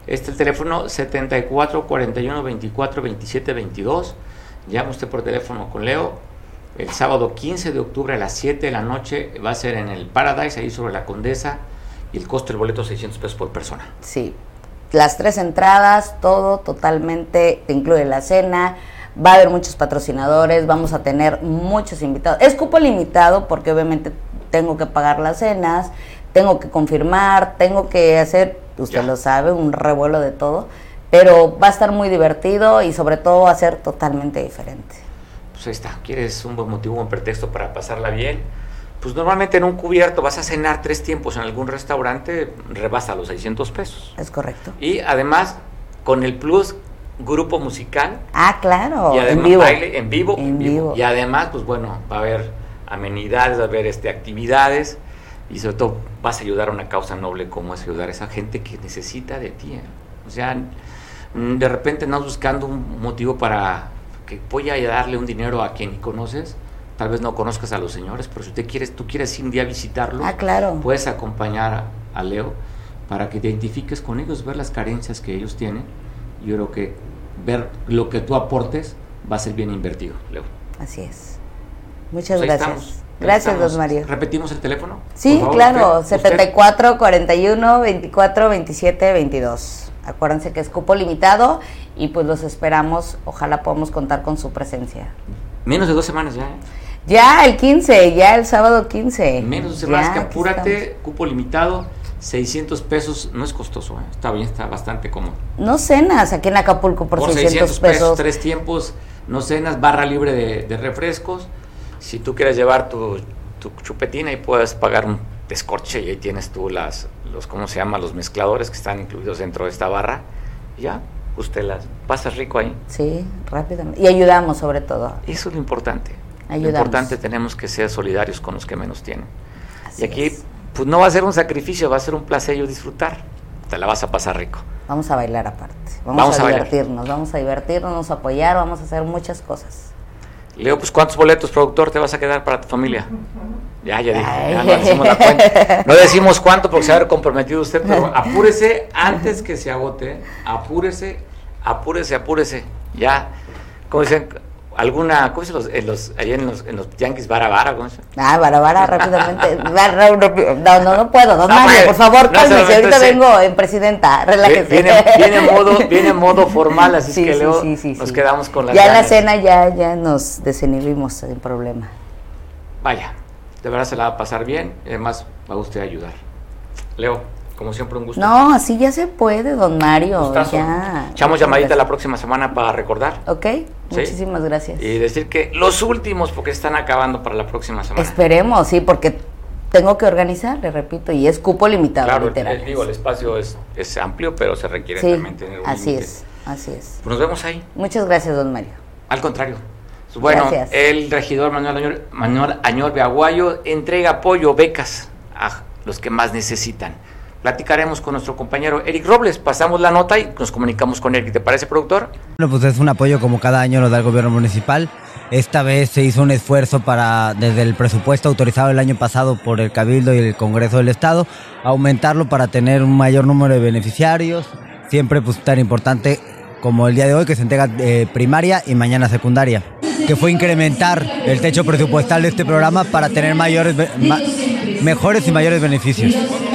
Este es el teléfono setenta y cuatro cuarenta y uno veinticuatro veintisiete veintidós. Llama usted por teléfono con Leo. El sábado quince de octubre a las siete de la noche va a ser en el Paradise, ahí sobre la Condesa, y el costo del boleto seiscientos pesos por persona. Sí, las tres entradas, todo totalmente, te incluye la cena, va a haber muchos patrocinadores, vamos a tener muchos invitados. Es cupo limitado porque obviamente tengo que pagar las cenas, tengo que confirmar, tengo que hacer, usted ya lo sabe, un revuelo de todo, pero va a estar muy divertido y sobre todo va a ser totalmente diferente. Pues ahí está, ¿quieres un buen motivo, un pretexto para pasarla bien? Pues normalmente en un cubierto vas a cenar tres tiempos en algún restaurante, rebasa los seiscientos pesos. Es correcto. Y además, con el plus, grupo musical. Ah, claro, y además, en vivo. Baile en vivo, en en vivo. vivo. Y además, pues bueno, va a haber amenidades, va a haber este, actividades, y sobre todo vas a ayudar a una causa noble como es ayudar a esa gente que necesita de ti. ¿eh? O sea, de repente no buscando un motivo para que voy a darle un dinero a quien ni conoces. Tal vez no conozcas a los señores, pero si usted quieres, tú quieres ir un día a visitarlos, ah, claro. puedes acompañar a, a Leo para que te identifiques con ellos, ver las carencias que ellos tienen. Yo creo que ver lo que tú aportes va a ser bien invertido, Leo. Así es. Muchas pues gracias. Estamos, gracias, estamos. don Mario. ¿Repetimos el teléfono? Sí, favor, claro, usted, setenta y cuatro cuarenta y uno veinticuatro veintisiete veintidós. Acuérdense que es cupo limitado y pues los esperamos, ojalá podamos contar con su presencia. Menos de dos semanas ya, ¿eh? Ya el quince, ya el sábado quince. Menos de dos semanas, ya, que apúrate, cupo limitado, seiscientos pesos, no es costoso, ¿eh? Está bien, está bastante cómodo. No cenas aquí en Acapulco por, por seiscientos pesos. Tres tiempos, no cenas, barra libre de, de refrescos. Si tú quieres llevar tu, tu chupetina y puedes pagar un descorche y ahí tienes tú las, los, ¿cómo se llama? Los mezcladores que están incluidos dentro de esta barra. Y ya, usted las pasas rico ahí. Sí, rápidamente. Y ayudamos sobre todo. Eso es lo importante. Ayudamos. Lo importante, tenemos que ser solidarios con los que menos tienen. Así y aquí, es. pues no va a ser un sacrificio, va a ser un placer y disfrutar. Te la vas a pasar rico. Vamos a bailar aparte. Vamos, vamos a, a divertirnos, bailar. vamos a divertirnos, vamos a apoyar, vamos a hacer muchas cosas. Leo, pues ¿cuántos boletos, productor, te vas a quedar para tu familia? Ya, ya dije, ya no decimos la cuenta. No decimos cuánto porque se ha comprometido usted, pero apúrese antes que se agote. Apúrese, apúrese, apúrese. Ya, como dicen, alguna, ¿cómo se los, en los, allá en los, en los Yankees, vara, vara, ¿cómo se llama? Ah, vara, vara, rápidamente. No, no, no puedo, don No, Mario, pues, por favor, no, cálmese, solamente ahorita se- vengo en presidenta, relájese. Viene, viene modo, viene modo formal, así Sí, que sí, Leo, sí, sí, nos sí. quedamos con las Ya en la ganas. cena ya, ya nos desinhibimos sin problema. Vaya, de verdad se la va a pasar bien, y además va a usted ayudar. Leo, como siempre, un gusto. No, así ya se puede, don Mario, Gustazo. ya. Echamos Muchas llamadita la gracias. próxima semana para recordar. Ok, Sí. muchísimas gracias. Y decir que los últimos, porque están acabando para la próxima semana. Esperemos, sí, porque tengo que organizar, le repito, y es cupo limitado, Claro, el, literal. el- digo, el espacio es, es amplio, pero se requiere Sí, también tener un así límite. es, así es. Pues nos vemos ahí. Muchas gracias, don Mario. Al contrario. Pues bueno, Gracias. el regidor Manuel Añor, Manuel Añorbe Aguayo entrega apoyo, becas a los que más necesitan. Platicaremos con nuestro compañero Eric Robles, pasamos la nota y nos comunicamos con Eric. ¿Te parece, productor? Bueno, pues es un apoyo como cada año lo da el gobierno municipal. Esta vez se hizo un esfuerzo para, desde el presupuesto autorizado el año pasado por el Cabildo y el Congreso del Estado, aumentarlo para tener un mayor número de beneficiarios. Siempre pues tan importante como el día de hoy, que se entrega eh, primaria y mañana secundaria, que fue incrementar el techo presupuestal de este programa para tener mayores, be- ma- mejores y mayores beneficios.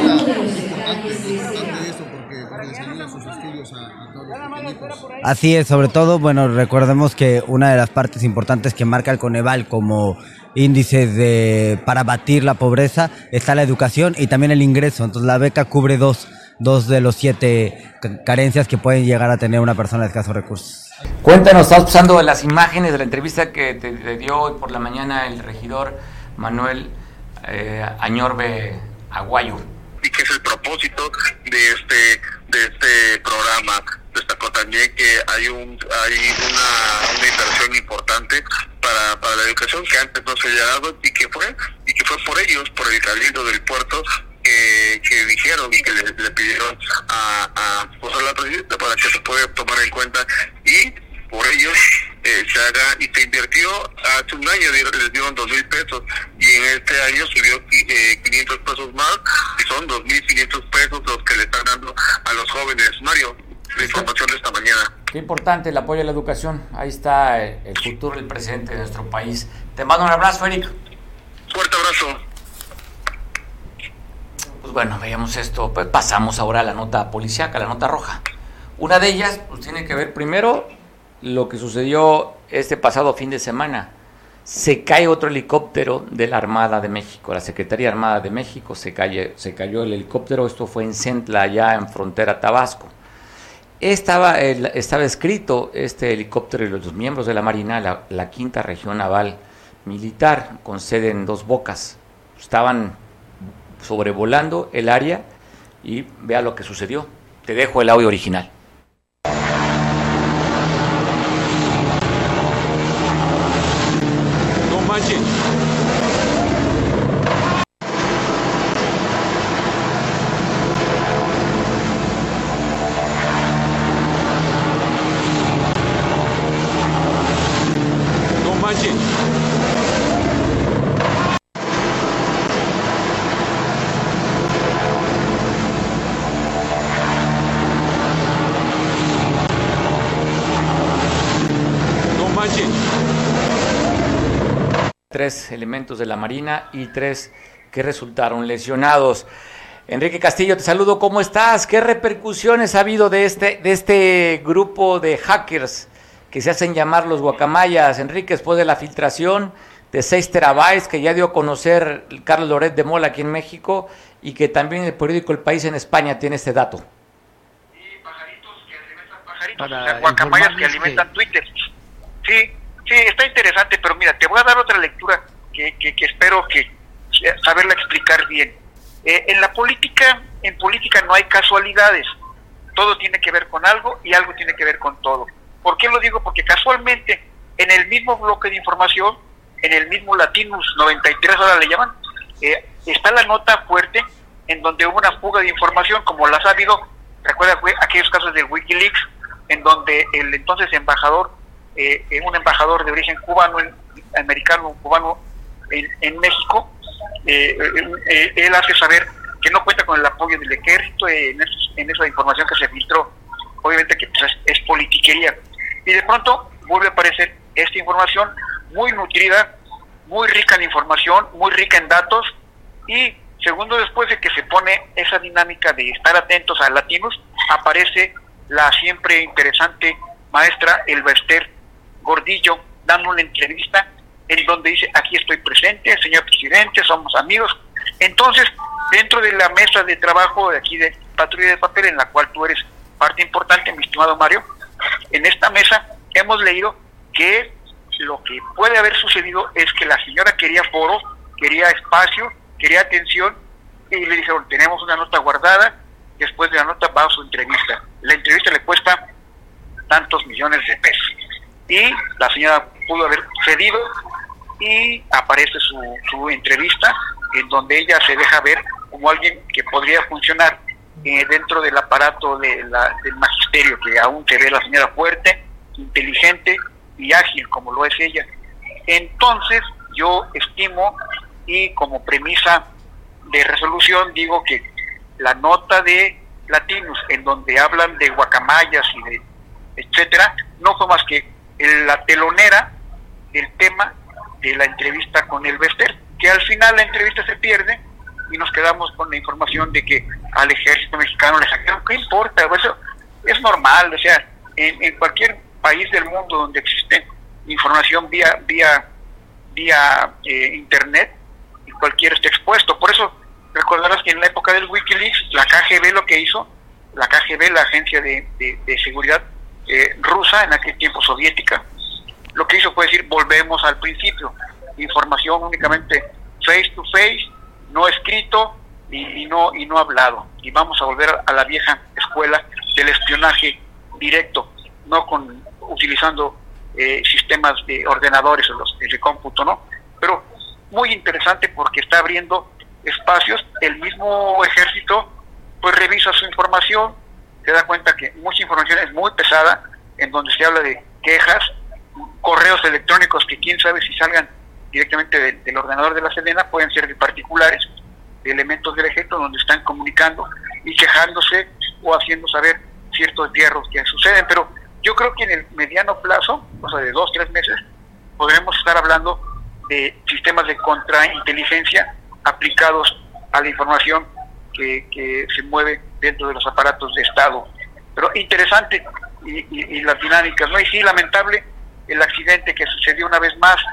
Así es, sobre todo, bueno, recordemos que una de las partes importantes que marca el Coneval como índice de para batir la pobreza está la educación y también el ingreso. Entonces la beca cubre dos, dos de los siete ca- carencias que pueden llegar a tener una persona de escasos recursos. Cuéntanos, estás usando las imágenes de la entrevista que te, te dio hoy por la mañana el regidor Manuel eh, Añorbe Aguayo. Y que es el propósito de este de este programa. Destacó también que hay un hay una, una inversión importante para, para la educación que antes no se había dado y que fue y que fue por ellos, por el Cabildo del Puerto, que, que dijeron y que le, le pidieron a, a, pues a la presidenta para que se pueda tomar en cuenta y por ellos eh, se haga y se invirtió hace un año, les dieron dos mil pesos y en este año subió eh, quinientos pesos más y son dos mil quinientos pesos los que le están dando a los jóvenes. Mario, la información de esta mañana. Qué importante el apoyo a la educación. Ahí está el, el futuro del presente de nuestro país. Te mando un abrazo, Eric. Fuerte abrazo. Pues bueno, veamos esto. Pues pasamos ahora a la nota policíaca, la nota roja. Una de ellas pues tiene que ver primero lo que sucedió este pasado fin de semana. Se cae otro helicóptero de la Armada de México, la Secretaría Armada de México, se, cae, se cayó el helicóptero. Esto fue en Centla, allá en frontera Tabasco. Estaba, el, estaba escrito este helicóptero y los miembros de la Marina, la, la quinta región naval militar, con sede en Dos Bocas. Estaban sobrevolando el área y vea lo que sucedió. Te dejo el audio original. No manches. No manches. Tres elementos de la Marina y tres que resultaron lesionados. Enrique Castillo, te saludo, ¿cómo estás? ¿Qué repercusiones ha habido de este, de este grupo de hackers que se hacen llamar los guacamayas? Enrique, después de la filtración de seis terabytes que ya dio a conocer Carlos Loret de Mola aquí en México y que también el periódico El País en España tiene este dato. Sí, pajaritos que alimentan pajaritos, o sea, guacamayas que alimentan que... Twitter. Sí. Sí, está interesante, pero mira, te voy a dar otra lectura que, que, que espero que saberla explicar bien. Eh, en la política, en política no hay casualidades. Todo tiene que ver con algo y algo tiene que ver con todo. ¿Por qué lo digo? Porque casualmente en el mismo bloque de información, en el mismo Latinus noventa y tres, ahora le llaman, eh, está la nota fuerte en donde hubo una fuga de información, como las ha habido, recuerda aquellos casos de Wikileaks, en donde el entonces embajador Eh, un embajador de origen cubano, americano, cubano en, en México, eh, eh, él hace saber que no cuenta con el apoyo del ejército en, esos, en esa información que se filtró, obviamente que pues, es, es politiquería, y de pronto vuelve a aparecer esta información muy nutrida, muy rica en información, muy rica en datos, y segundo después de que se pone esa dinámica de estar atentos a latinos, aparece la siempre interesante maestra Elba Ester Gordillo dando una entrevista en donde dice: aquí estoy presente, señor presidente, somos amigos. Entonces, dentro de la mesa de trabajo de aquí de Patrulla de Papel, en la cual tú eres parte importante, mi estimado Mario, en esta mesa hemos leído que lo que puede haber sucedido es que la señora quería foro, quería espacio, quería atención, y le dijeron: tenemos una nota guardada, después de la nota va a su entrevista. La entrevista le cuesta tantos millones de pesos. Y la señora pudo haber cedido y aparece su, su entrevista en donde ella se deja ver como alguien que podría funcionar eh, dentro del aparato de la, del magisterio, que aún se ve la señora fuerte, inteligente y ágil como lo es ella. Entonces yo estimo, y como premisa de resolución digo, que la nota de Latinus en donde hablan de guacamayas y de etcétera, no fue más que la telonera del tema de la entrevista con el Bester, que al final la entrevista se pierde y nos quedamos con la información de que al ejército mexicano le sacaron. ¿Qué importa? Eso es normal, o sea, en, en cualquier país del mundo donde existe información vía vía vía eh, internet, y cualquiera está expuesto. Por eso recordarás que en la época del Wikileaks, la K G B lo que hizo, la K G B, la agencia de, de, de seguridad Eh, rusa, en aquel tiempo soviética, lo que hizo fue decir: volvemos al principio, información únicamente face to face, no escrito y, y no y no hablado, y vamos a volver a la vieja escuela del espionaje directo, no con utilizando eh, sistemas de ordenadores o los de cómputo, ¿no? Pero muy interesante porque está abriendo espacios. El mismo ejército pues revisa su información, se da cuenta que mucha información es muy pesada, en donde se habla de quejas, correos electrónicos que quién sabe si salgan directamente de, del ordenador de la Sedena, pueden ser de particulares, de elementos del ejército, donde están comunicando y quejándose o haciendo saber ciertos hierros que suceden. Pero yo creo que en el mediano plazo, o sea, de dos, tres meses, podremos estar hablando de sistemas de contrainteligencia aplicados a la información que, que se mueve dentro de los aparatos de Estado. Pero interesante, y, y, y las dinámicas, ¿no? Y sí, lamentable el accidente que sucedió una vez más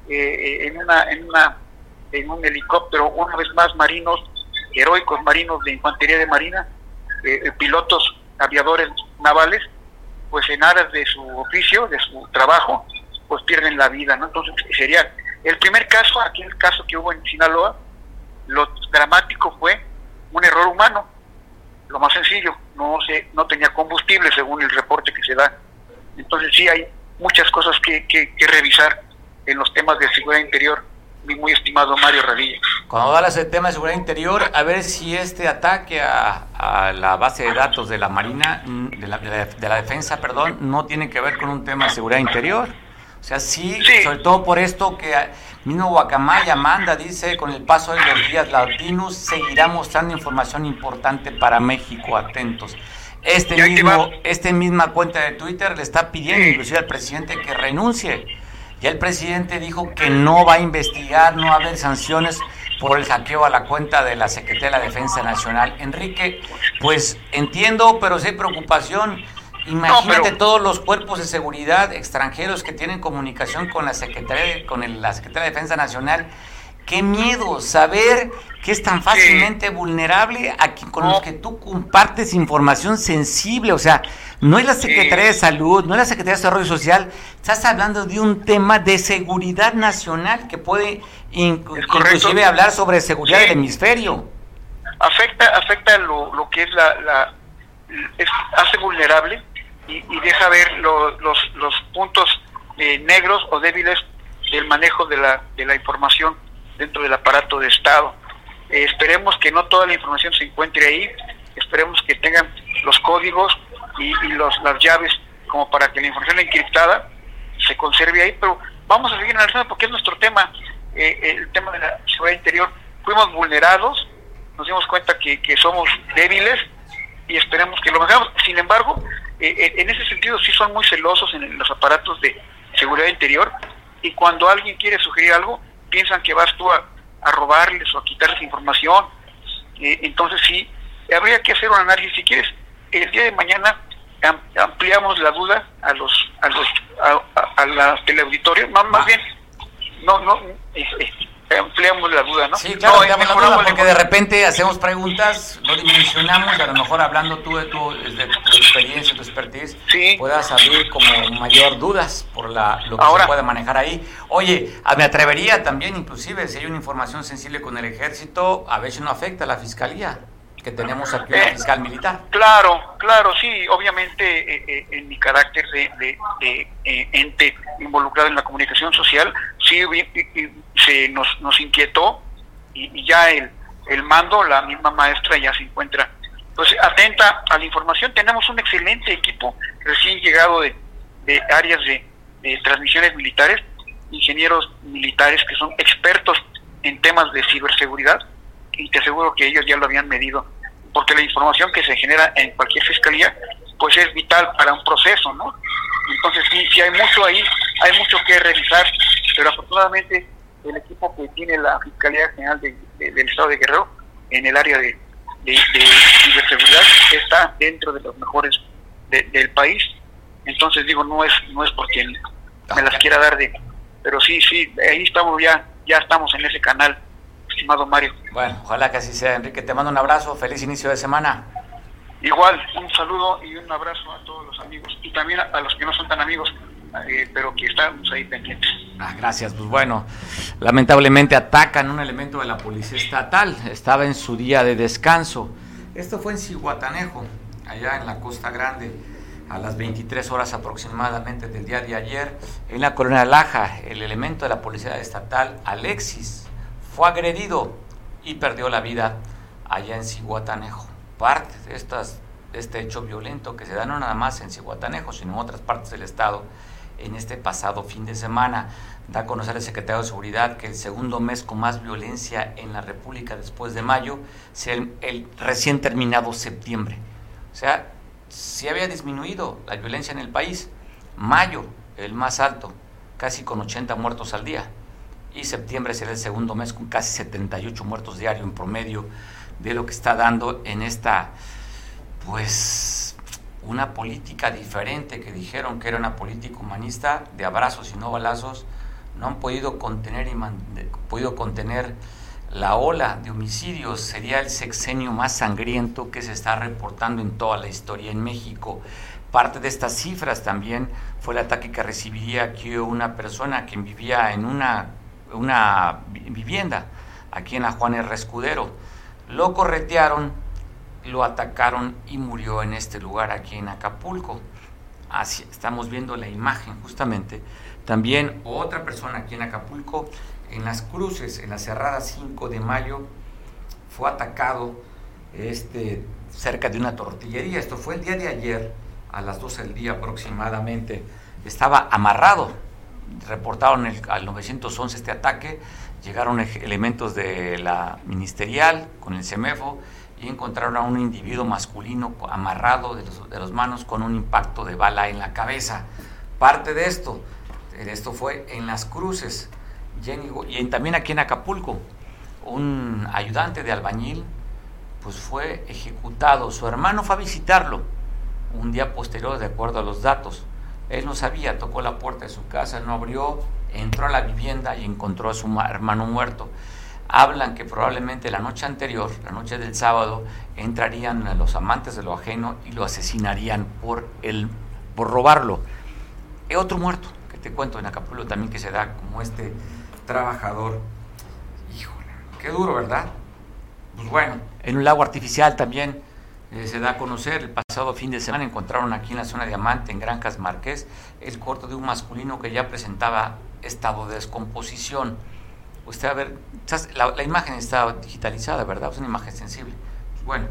eh, en una en una en un helicóptero, una vez más marinos, heroicos marinos de infantería de marina, eh, pilotos aviadores navales, pues en aras de su oficio, de su trabajo, pues pierden la vida, ¿no? Entonces sería el primer caso, aquí el caso que hubo en Sinaloa, lo dramático fue un error humano, lo más sencillo, no se no tenía combustible según el reporte que se da. Entonces sí hay muchas cosas que, que, que revisar en los temas de seguridad interior, mi muy estimado Mario Radilla. Cuando hablas del tema de seguridad interior, a ver si este ataque a, a la base de datos de la Marina, de la, de la, de la Defensa, perdón, no tiene que ver con un tema de seguridad interior. O sea, sí, sí. Sobre todo por esto que mismo Guacamaya manda, dice, con el paso de los días, Latinos seguirá mostrando información importante para México, atentos. Este mismo, este misma cuenta de Twitter le está pidiendo sí. inclusive al presidente que renuncie. Ya el presidente dijo que no va a investigar, no va a haber sanciones por el hackeo a la cuenta de la Secretaría de la Defensa Nacional. Enrique, pues entiendo, pero sí hay preocupación. Imagínate no, pero... todos los cuerpos de seguridad extranjeros que tienen comunicación con la Secretaría, con el, la Secretaría de Defensa Nacional. Qué miedo saber que es tan fácilmente sí. vulnerable a quien con no. los que tú compartes información sensible. O sea, no es la Secretaría sí. de Salud, no es la Secretaría de Desarrollo Social. Estás hablando de un tema de seguridad nacional que puede inc- inclusive hablar sobre seguridad sí. del hemisferio. Afecta, afecta lo, lo que es la, la es, hace vulnerable y, y deja ver lo, los los puntos eh, negros o débiles del manejo de la de la información dentro del aparato de Estado. Eh, esperemos que no toda la información se encuentre ahí, esperemos que tengan los códigos y, y los, las llaves como para que la información encriptada se conserve ahí, pero vamos a seguir analizando porque es nuestro tema, eh, el tema de la seguridad interior. Fuimos vulnerados, nos dimos cuenta que, que somos débiles y esperemos que lo mejoremos. Sin embargo, eh, en ese sentido sí son muy celosos en los aparatos de seguridad interior y cuando alguien quiere sugerir algo, piensan que vas tú a, a robarles o a quitarles información. Eh, entonces sí, habría que hacer un análisis. Si quieres, el día de mañana am, ampliamos la duda a los a los a, a, a las teleauditorios, más, más bien, no, no, eh, eh, ampliamos la duda, ¿no? Sí, claro, no, ampliamos la duda porque de repente hacemos preguntas, lo dimensionamos, a lo mejor hablando tú de tu, de tu experiencia, tu expertise, sí. puedas abrir como mayor dudas por la lo que Ahora, se puede manejar ahí. Oye, me atrevería también, inclusive, si hay una información sensible con el ejército, a ver si no afecta a la fiscalía, que tenemos aquí una eh, fiscal militar. Claro, claro, sí, obviamente eh, eh, en mi carácter de, de, de eh, ente involucrado en la comunicación social, sí y, y, se nos, nos inquietó y, y ya el, el mando, la misma maestra ya se encuentra pues atenta a la información. Tenemos un excelente equipo recién llegado de, de áreas de, de transmisiones militares, ingenieros militares que son expertos en temas de ciberseguridad y te aseguro que ellos ya lo habían medido, porque la información que se genera en cualquier fiscalía pues es vital para un proceso, ¿no? Entonces sí, sí hay mucho ahí, hay mucho que revisar, pero afortunadamente el equipo que tiene la Fiscalía General de, de, del Estado de Guerrero en el área de, de, de ciberseguridad está dentro de los mejores de, del país. Entonces digo, no es no es porque me las quiera dar de, pero sí, sí, ahí estamos ya, ya estamos en ese canal, estimado Mario. Bueno, ojalá que así sea, Enrique. Te mando un abrazo, feliz inicio de semana. Igual, un saludo y un abrazo a todos los amigos y también a, a los que no son tan amigos, eh, pero que estamos ahí pendientes. Ah, gracias. Pues bueno, lamentablemente atacan un elemento de la policía estatal. Estaba en su día de descanso. Esto fue en Zihuatanejo, allá en la Costa Grande, a las veintitrés horas aproximadamente del día de ayer, en la colonia Laja. El elemento de la policía estatal, Alexis, fue agredido y perdió la vida allá en Zihuatanejo. Parte de, estas, de este hecho violento que se da no nada más en Zihuatanejo, sino en otras partes del estado, en este pasado fin de semana. Da a conocer el secretario de Seguridad que el segundo mes con más violencia en la República después de mayo será el, el recién terminado septiembre. O sea, sí había disminuido la violencia en el país. Mayo, el más alto, casi con ochenta muertos al día. Y septiembre será el segundo mes con casi setenta y ocho muertos diarios en promedio, de lo que está dando en esta, pues, una política diferente, que dijeron que era una política humanista de abrazos y no balazos. No han podido contener y man, podido contener la ola de homicidios. Sería el sexenio más sangriento que se está reportando en toda la historia en México. Parte de estas cifras también fue el ataque que recibiría aquí una persona que vivía en una, una vivienda aquí en la Juan R. Escudero. Lo corretearon, lo atacaron y murió en este lugar aquí en Acapulco. Así estamos viendo la imagen justamente. También otra persona aquí en Acapulco, en Las Cruces, en la Cerrada cinco de mayo, fue atacado este, cerca de una tortillería. Esto fue el día de ayer, a las doce del día aproximadamente. Estaba amarrado. Reportaron el, al nueve once este ataque. Llegaron elementos de la ministerial con el CEMEFO y encontraron a un individuo masculino amarrado de los, de las manos con un impacto de bala en la cabeza. Parte de esto, esto fue en Las Cruces. Y también aquí en Acapulco, un ayudante de albañil pues fue ejecutado. Su hermano fue a visitarlo un día posterior, de acuerdo a los datos. Él no sabía, tocó la puerta de su casa, no abrió, entró a la vivienda y encontró a su hermano muerto. Hablan que probablemente la noche anterior, la noche del sábado, entrarían los amantes de lo ajeno y lo asesinarían por, el, por robarlo. Hay otro muerto que te cuento en Acapulco también, que se da como este trabajador. Híjole, qué duro, ¿verdad? Pues bueno, en un lago artificial también eh, se da a conocer. El pasado fin de semana encontraron aquí en la zona Diamante, en Granjas Marqués, el cuerpo de un masculino que ya presentaba estado de descomposición. Usted, a ver, la, la imagen está digitalizada, ¿verdad? Es una imagen sensible. Pues bueno,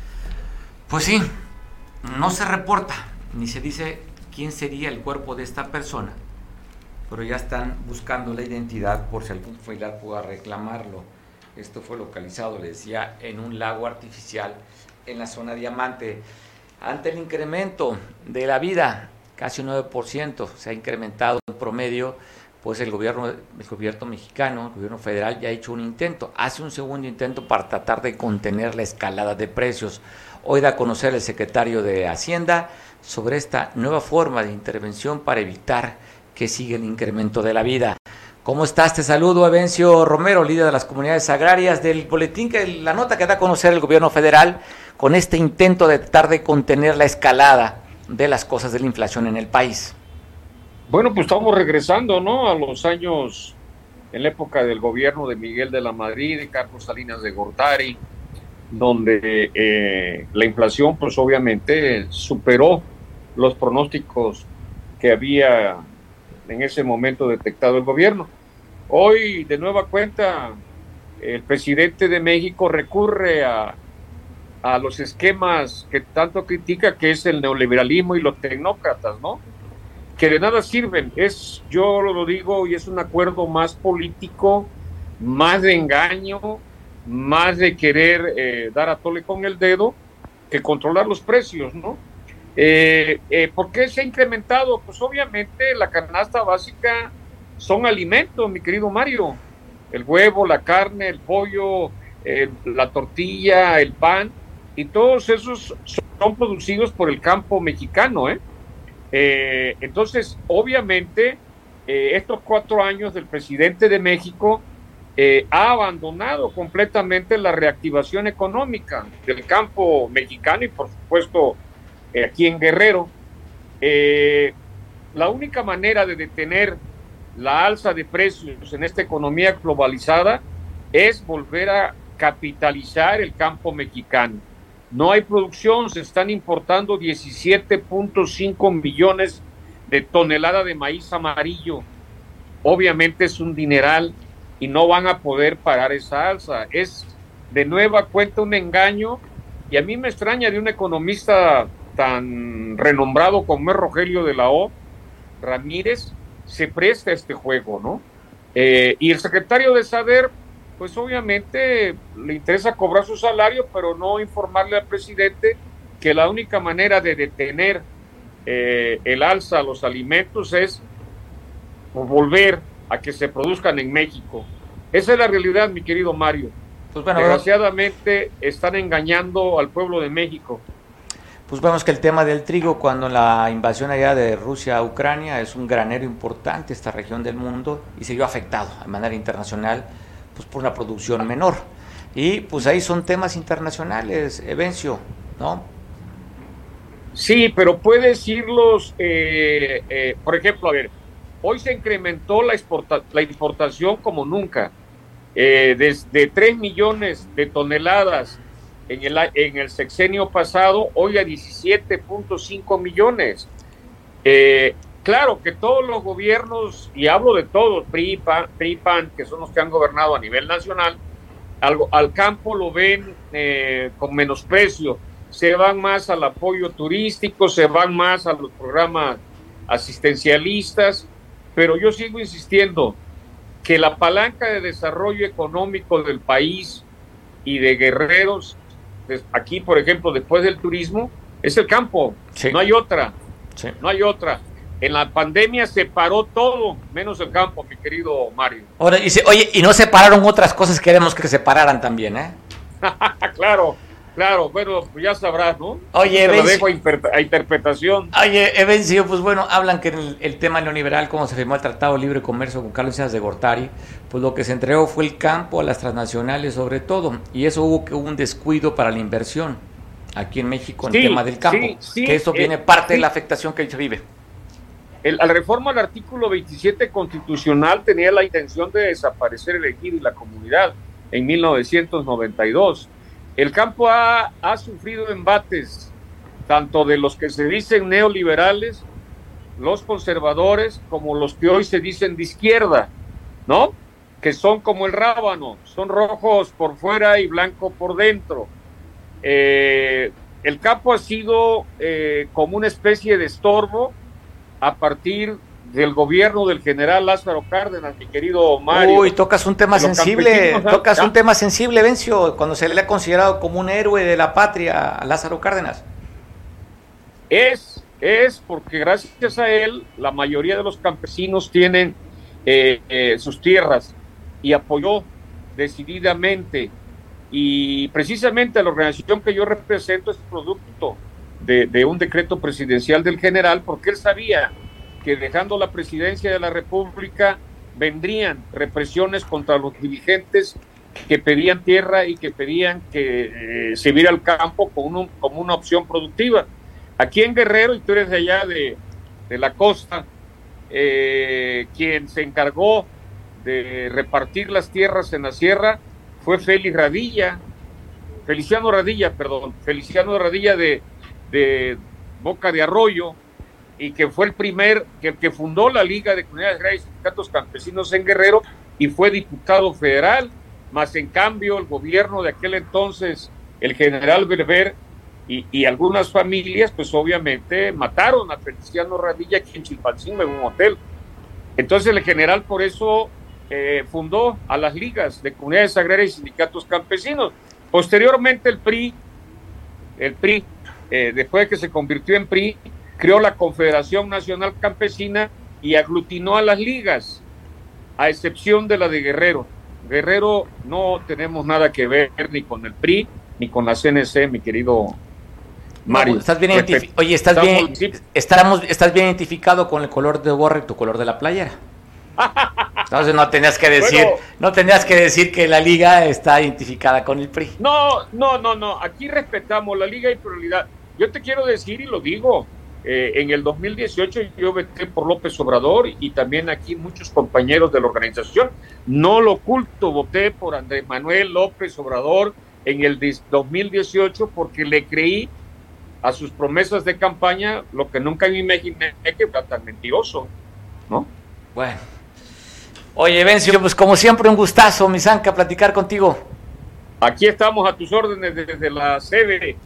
pues sí, no se reporta, ni se dice quién sería el cuerpo de esta persona, pero ya están buscando la identidad por si algún familiar pueda reclamarlo. Esto fue localizado, le decía, en un lago artificial en la zona Diamante. Ante el incremento de la vida, casi un nueve por ciento se ha incrementado en promedio, pues el gobierno, el gobierno mexicano, el gobierno federal ya ha hecho un intento, hace un segundo intento para tratar de contener la escalada de precios. Hoy da a conocer el secretario de Hacienda sobre esta nueva forma de intervención para evitar que siga el incremento de la vida. ¿Cómo estás? Te saludo, Evencio Romero, líder de las comunidades agrarias, del boletín, que la nota que da a conocer el gobierno federal con este intento de tratar de contener la escalada de las cosas de la inflación en el país. Bueno, pues estamos regresando, ¿no?, a los años, en la época del gobierno de Miguel de la Madrid, de Carlos Salinas de Gortari, donde eh, la inflación, pues obviamente superó los pronósticos que había en ese momento detectado el gobierno. Hoy, de nueva cuenta, el presidente de México recurre a, a los esquemas que tanto critica, que es el neoliberalismo y los tecnócratas, ¿no?, que de nada sirven. Es, yo lo digo, y es un acuerdo más político, más de engaño, más de querer eh, dar a tole con el dedo, que controlar los precios, ¿no? Eh, eh, ¿Por qué se ha incrementado? Pues obviamente la canasta básica son alimentos, mi querido Mario. El huevo, la carne, el pollo, eh, la tortilla, el pan, y todos esos son producidos por el campo mexicano, ¿eh? Eh, entonces, obviamente, eh, estos cuatro años del presidente de México eh, ha abandonado completamente la reactivación económica del campo mexicano y, por supuesto, eh, aquí en Guerrero. Eh, la única manera de detener la alza de precios en esta economía globalizada es volver a capitalizar el campo mexicano. No hay producción, se están importando diecisiete punto cinco millones de toneladas de maíz amarillo. Obviamente es un dineral y no van a poder parar esa alza. Es de nueva cuenta un engaño, y a mí me extraña de un economista tan renombrado como es Rogelio de la O, Ramírez se presta a este juego, ¿no? Eh, y el secretario de SADER, pues obviamente le interesa cobrar su salario, pero no informarle al presidente que la única manera de detener eh, el alza a los alimentos es volver a que se produzcan en México. Esa es la realidad, mi querido Mario. Pues bueno, desgraciadamente están engañando al pueblo de México. Pues vemos que el tema del trigo, cuando la invasión allá de Rusia a Ucrania, es un granero importante esta región del mundo y se vio afectado de manera internacional pues por una producción menor. Y pues ahí son temas internacionales, Evencio, ¿no? Sí, pero puedes irlos, eh, eh, por ejemplo, a ver, hoy se incrementó la, exporta, la importación como nunca, eh, desde tres millones de toneladas en el, en el sexenio pasado, hoy a diecisiete punto cinco millones. Eh, claro que todos los gobiernos, y hablo de todos, P R I, PAN, P R I, PAN, que son los que han gobernado a nivel nacional, al, al campo lo ven eh, con menosprecio, se van más al apoyo turístico, se van más a los programas asistencialistas, pero yo sigo insistiendo que la palanca de desarrollo económico del país y de Guerreros, aquí por ejemplo después del turismo, es el campo, sí. no hay otra, sí. no hay otra. En la pandemia se paró todo, menos el campo, mi querido Mario. Ahora, y se, oye, y no se pararon otras cosas, queremos que se pararan también, ¿eh? Claro, claro, bueno, pues ya sabrás, ¿no? Oye, Te lo Evencio, dejo a, inter- a interpretación. Oye, Evencio, pues bueno, hablan que en el, el tema neoliberal, como se firmó el Tratado de Libre Comercio con Carlos Salinas de Gortari, pues lo que se entregó fue el campo a las transnacionales sobre todo, y eso hubo que hubo un descuido para la inversión aquí en México en sí, el tema del campo, sí, sí, que eso eh, viene parte sí. de la afectación que se vive. El, la reforma al artículo veintisiete constitucional tenía la intención de desaparecer el ejido y la comunidad en mil novecientos noventa y dos. El campo ha, ha sufrido embates, tanto de los que se dicen neoliberales, los conservadores, como los que hoy se dicen de izquierda, ¿no? Que son como el rábano, son rojos por fuera y blanco por dentro. Eh, el campo ha sido eh, como una especie de estorbo a partir del gobierno del general Lázaro Cárdenas, mi querido Mario. Uy, tocas un tema sensible, tocas ¿ya? un tema sensible, Vencio, cuando se le ha considerado como un héroe de la patria a Lázaro Cárdenas. Es, es porque gracias a él la mayoría de los campesinos tienen eh, eh, sus tierras y apoyó decididamente, y precisamente la organización que yo represento es producto de, de un decreto presidencial del general, porque él sabía que dejando la presidencia de la República vendrían represiones contra los dirigentes que pedían tierra y que pedían que eh, se viera el campo como, un, como una opción productiva. Aquí en Guerrero, y tú eres de allá de, de la costa, eh, quien se encargó de repartir las tierras en la sierra fue Félix Radilla, Feliciano Radilla, perdón, Feliciano Radilla de, de Boca de Arroyo, y que fue el primer, que, que fundó la Liga de Comunidades Agrarias y Sindicatos Campesinos en Guerrero y fue diputado federal, más en cambio el gobierno de aquel entonces, el general Berber y, y algunas familias, pues obviamente mataron a Feliciano Radilla aquí en Chilpancingo en un hotel. Entonces el general por eso eh, fundó a las ligas de comunidades agrarias y sindicatos campesinos. Posteriormente el P R I, el P R I, eh, después de que se convirtió en P R I, creó la Confederación Nacional Campesina y aglutinó a las ligas, a excepción de la de Guerrero. Guerrero no tenemos nada que ver ni con el P R I ni con la C N C, mi querido Mario. No, estás bien identifi- Oye, estás Estamos, bien, estaremos, estás bien identificado con el color de gorra y tu color de la playera. Entonces no tenías que decir, bueno, no tenías que decir que la liga está identificada con el P R I. No, no, no, no. Aquí respetamos la liga y prioridad. Yo te quiero decir y lo digo. Eh, en el dos mil dieciocho yo voté por López Obrador y también aquí muchos compañeros de la organización, no lo oculto, voté por Andrés Manuel López Obrador en el dos mil dieciocho porque le creí a sus promesas de campaña, lo que nunca me imaginé que era tan mentiroso, ¿no? Bueno, oye, Vencio, pues como siempre un gustazo, mi Zanca, platicar contigo. Aquí estamos a tus órdenes desde la sede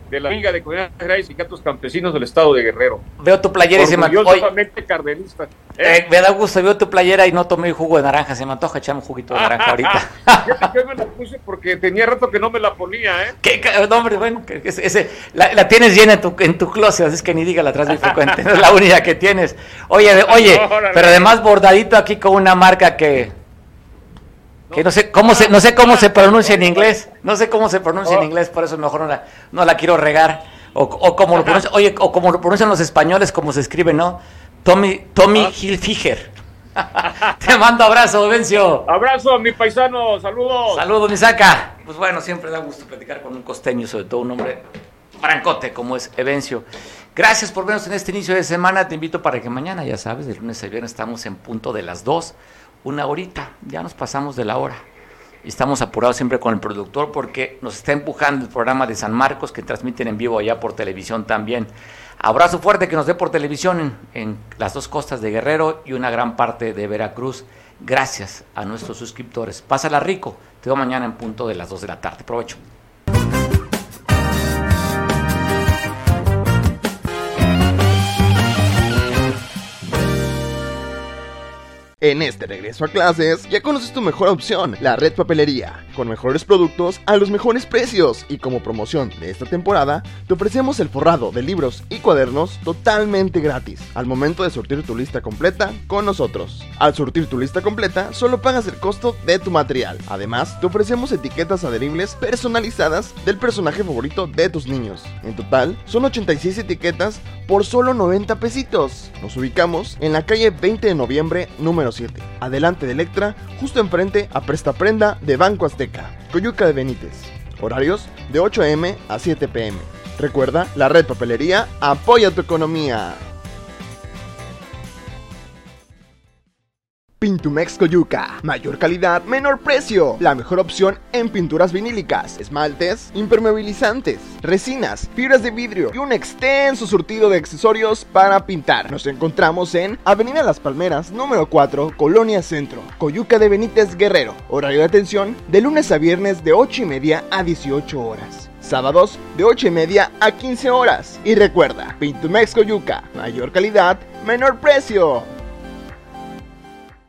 de la Liga de Comunidades Agrarias y Sindicatos Campesinos del Estado de Guerrero. Veo tu playera y se me antoja. Orgullosamente cardenista. ¿Eh? Eh, me da gusto, veo tu playera y no tomé jugo de naranja. Se me antoja echarme un juguito de naranja ahorita. Yo me la puse porque tenía rato que no me la ponía, ¿eh? ¿Qué? No, hombre, bueno, que ese, ese, la, la tienes llena en tu, en tu closet, así es que ni diga la atrás muy frecuente. No es la única que tienes. Oye, oye, pero además bordadito aquí con una marca que... que no sé cómo se no sé cómo se pronuncia en inglés, no sé cómo se pronuncia en inglés, por eso mejor no la, no la quiero regar, o, o como lo pronuncia, oye, o como lo pronuncian los españoles, como se escribe, ¿no? Tommy Tommy Hilfiger. Te mando abrazo, Evencio. Abrazo, mi paisano, saludos. Saludos, Misaca. Pues bueno, siempre da gusto platicar con un costeño, sobre todo un hombre brancote como es Evencio. Gracias por vernos en este inicio de semana. Te invito para que mañana, ya sabes, de lunes a viernes estamos en punto de las dos. Una horita, ya nos pasamos de la hora y estamos apurados siempre con el productor porque nos está empujando el programa de San Marcos que transmiten en vivo allá por televisión también. Abrazo fuerte que nos dé por televisión en, en las dos costas de Guerrero y una gran parte de Veracruz. Gracias a nuestros suscriptores. Pásala rico, te veo mañana en punto de las dos de la tarde. Provecho. En este regreso a clases, ya conoces tu mejor opción, la Red Papelería, con mejores productos a los mejores precios, y como promoción de esta temporada, te ofrecemos el forrado de libros y cuadernos totalmente gratis, al momento de surtir tu lista completa con nosotros. Al surtir tu lista completa, solo pagas el costo de tu material. Además, te ofrecemos etiquetas adheribles personalizadas del personaje favorito de tus niños. En total, son ochenta y seis etiquetas por solo noventa pesitos. Nos ubicamos en la calle veinte de noviembre, número siete, adelante de Electra, justo enfrente a Prestaprenda de Banco Azteca, Coyuca de Benítez. Horarios de ocho a eme a siete pe eme. Recuerda, la Red Papelería apoya tu economía. Pintumex Coyuca, mayor calidad, menor precio, la mejor opción en pinturas vinílicas, esmaltes, impermeabilizantes, resinas, fibras de vidrio y un extenso surtido de accesorios para pintar. Nos encontramos en Avenida Las Palmeras, número cuatro, Colonia Centro, Coyuca de Benítez, Guerrero. Horario de atención de lunes a viernes de ocho y media a dieciocho horas. Sábados de ocho y media a quince horas. Y recuerda, Pintumex Coyuca, mayor calidad, menor precio.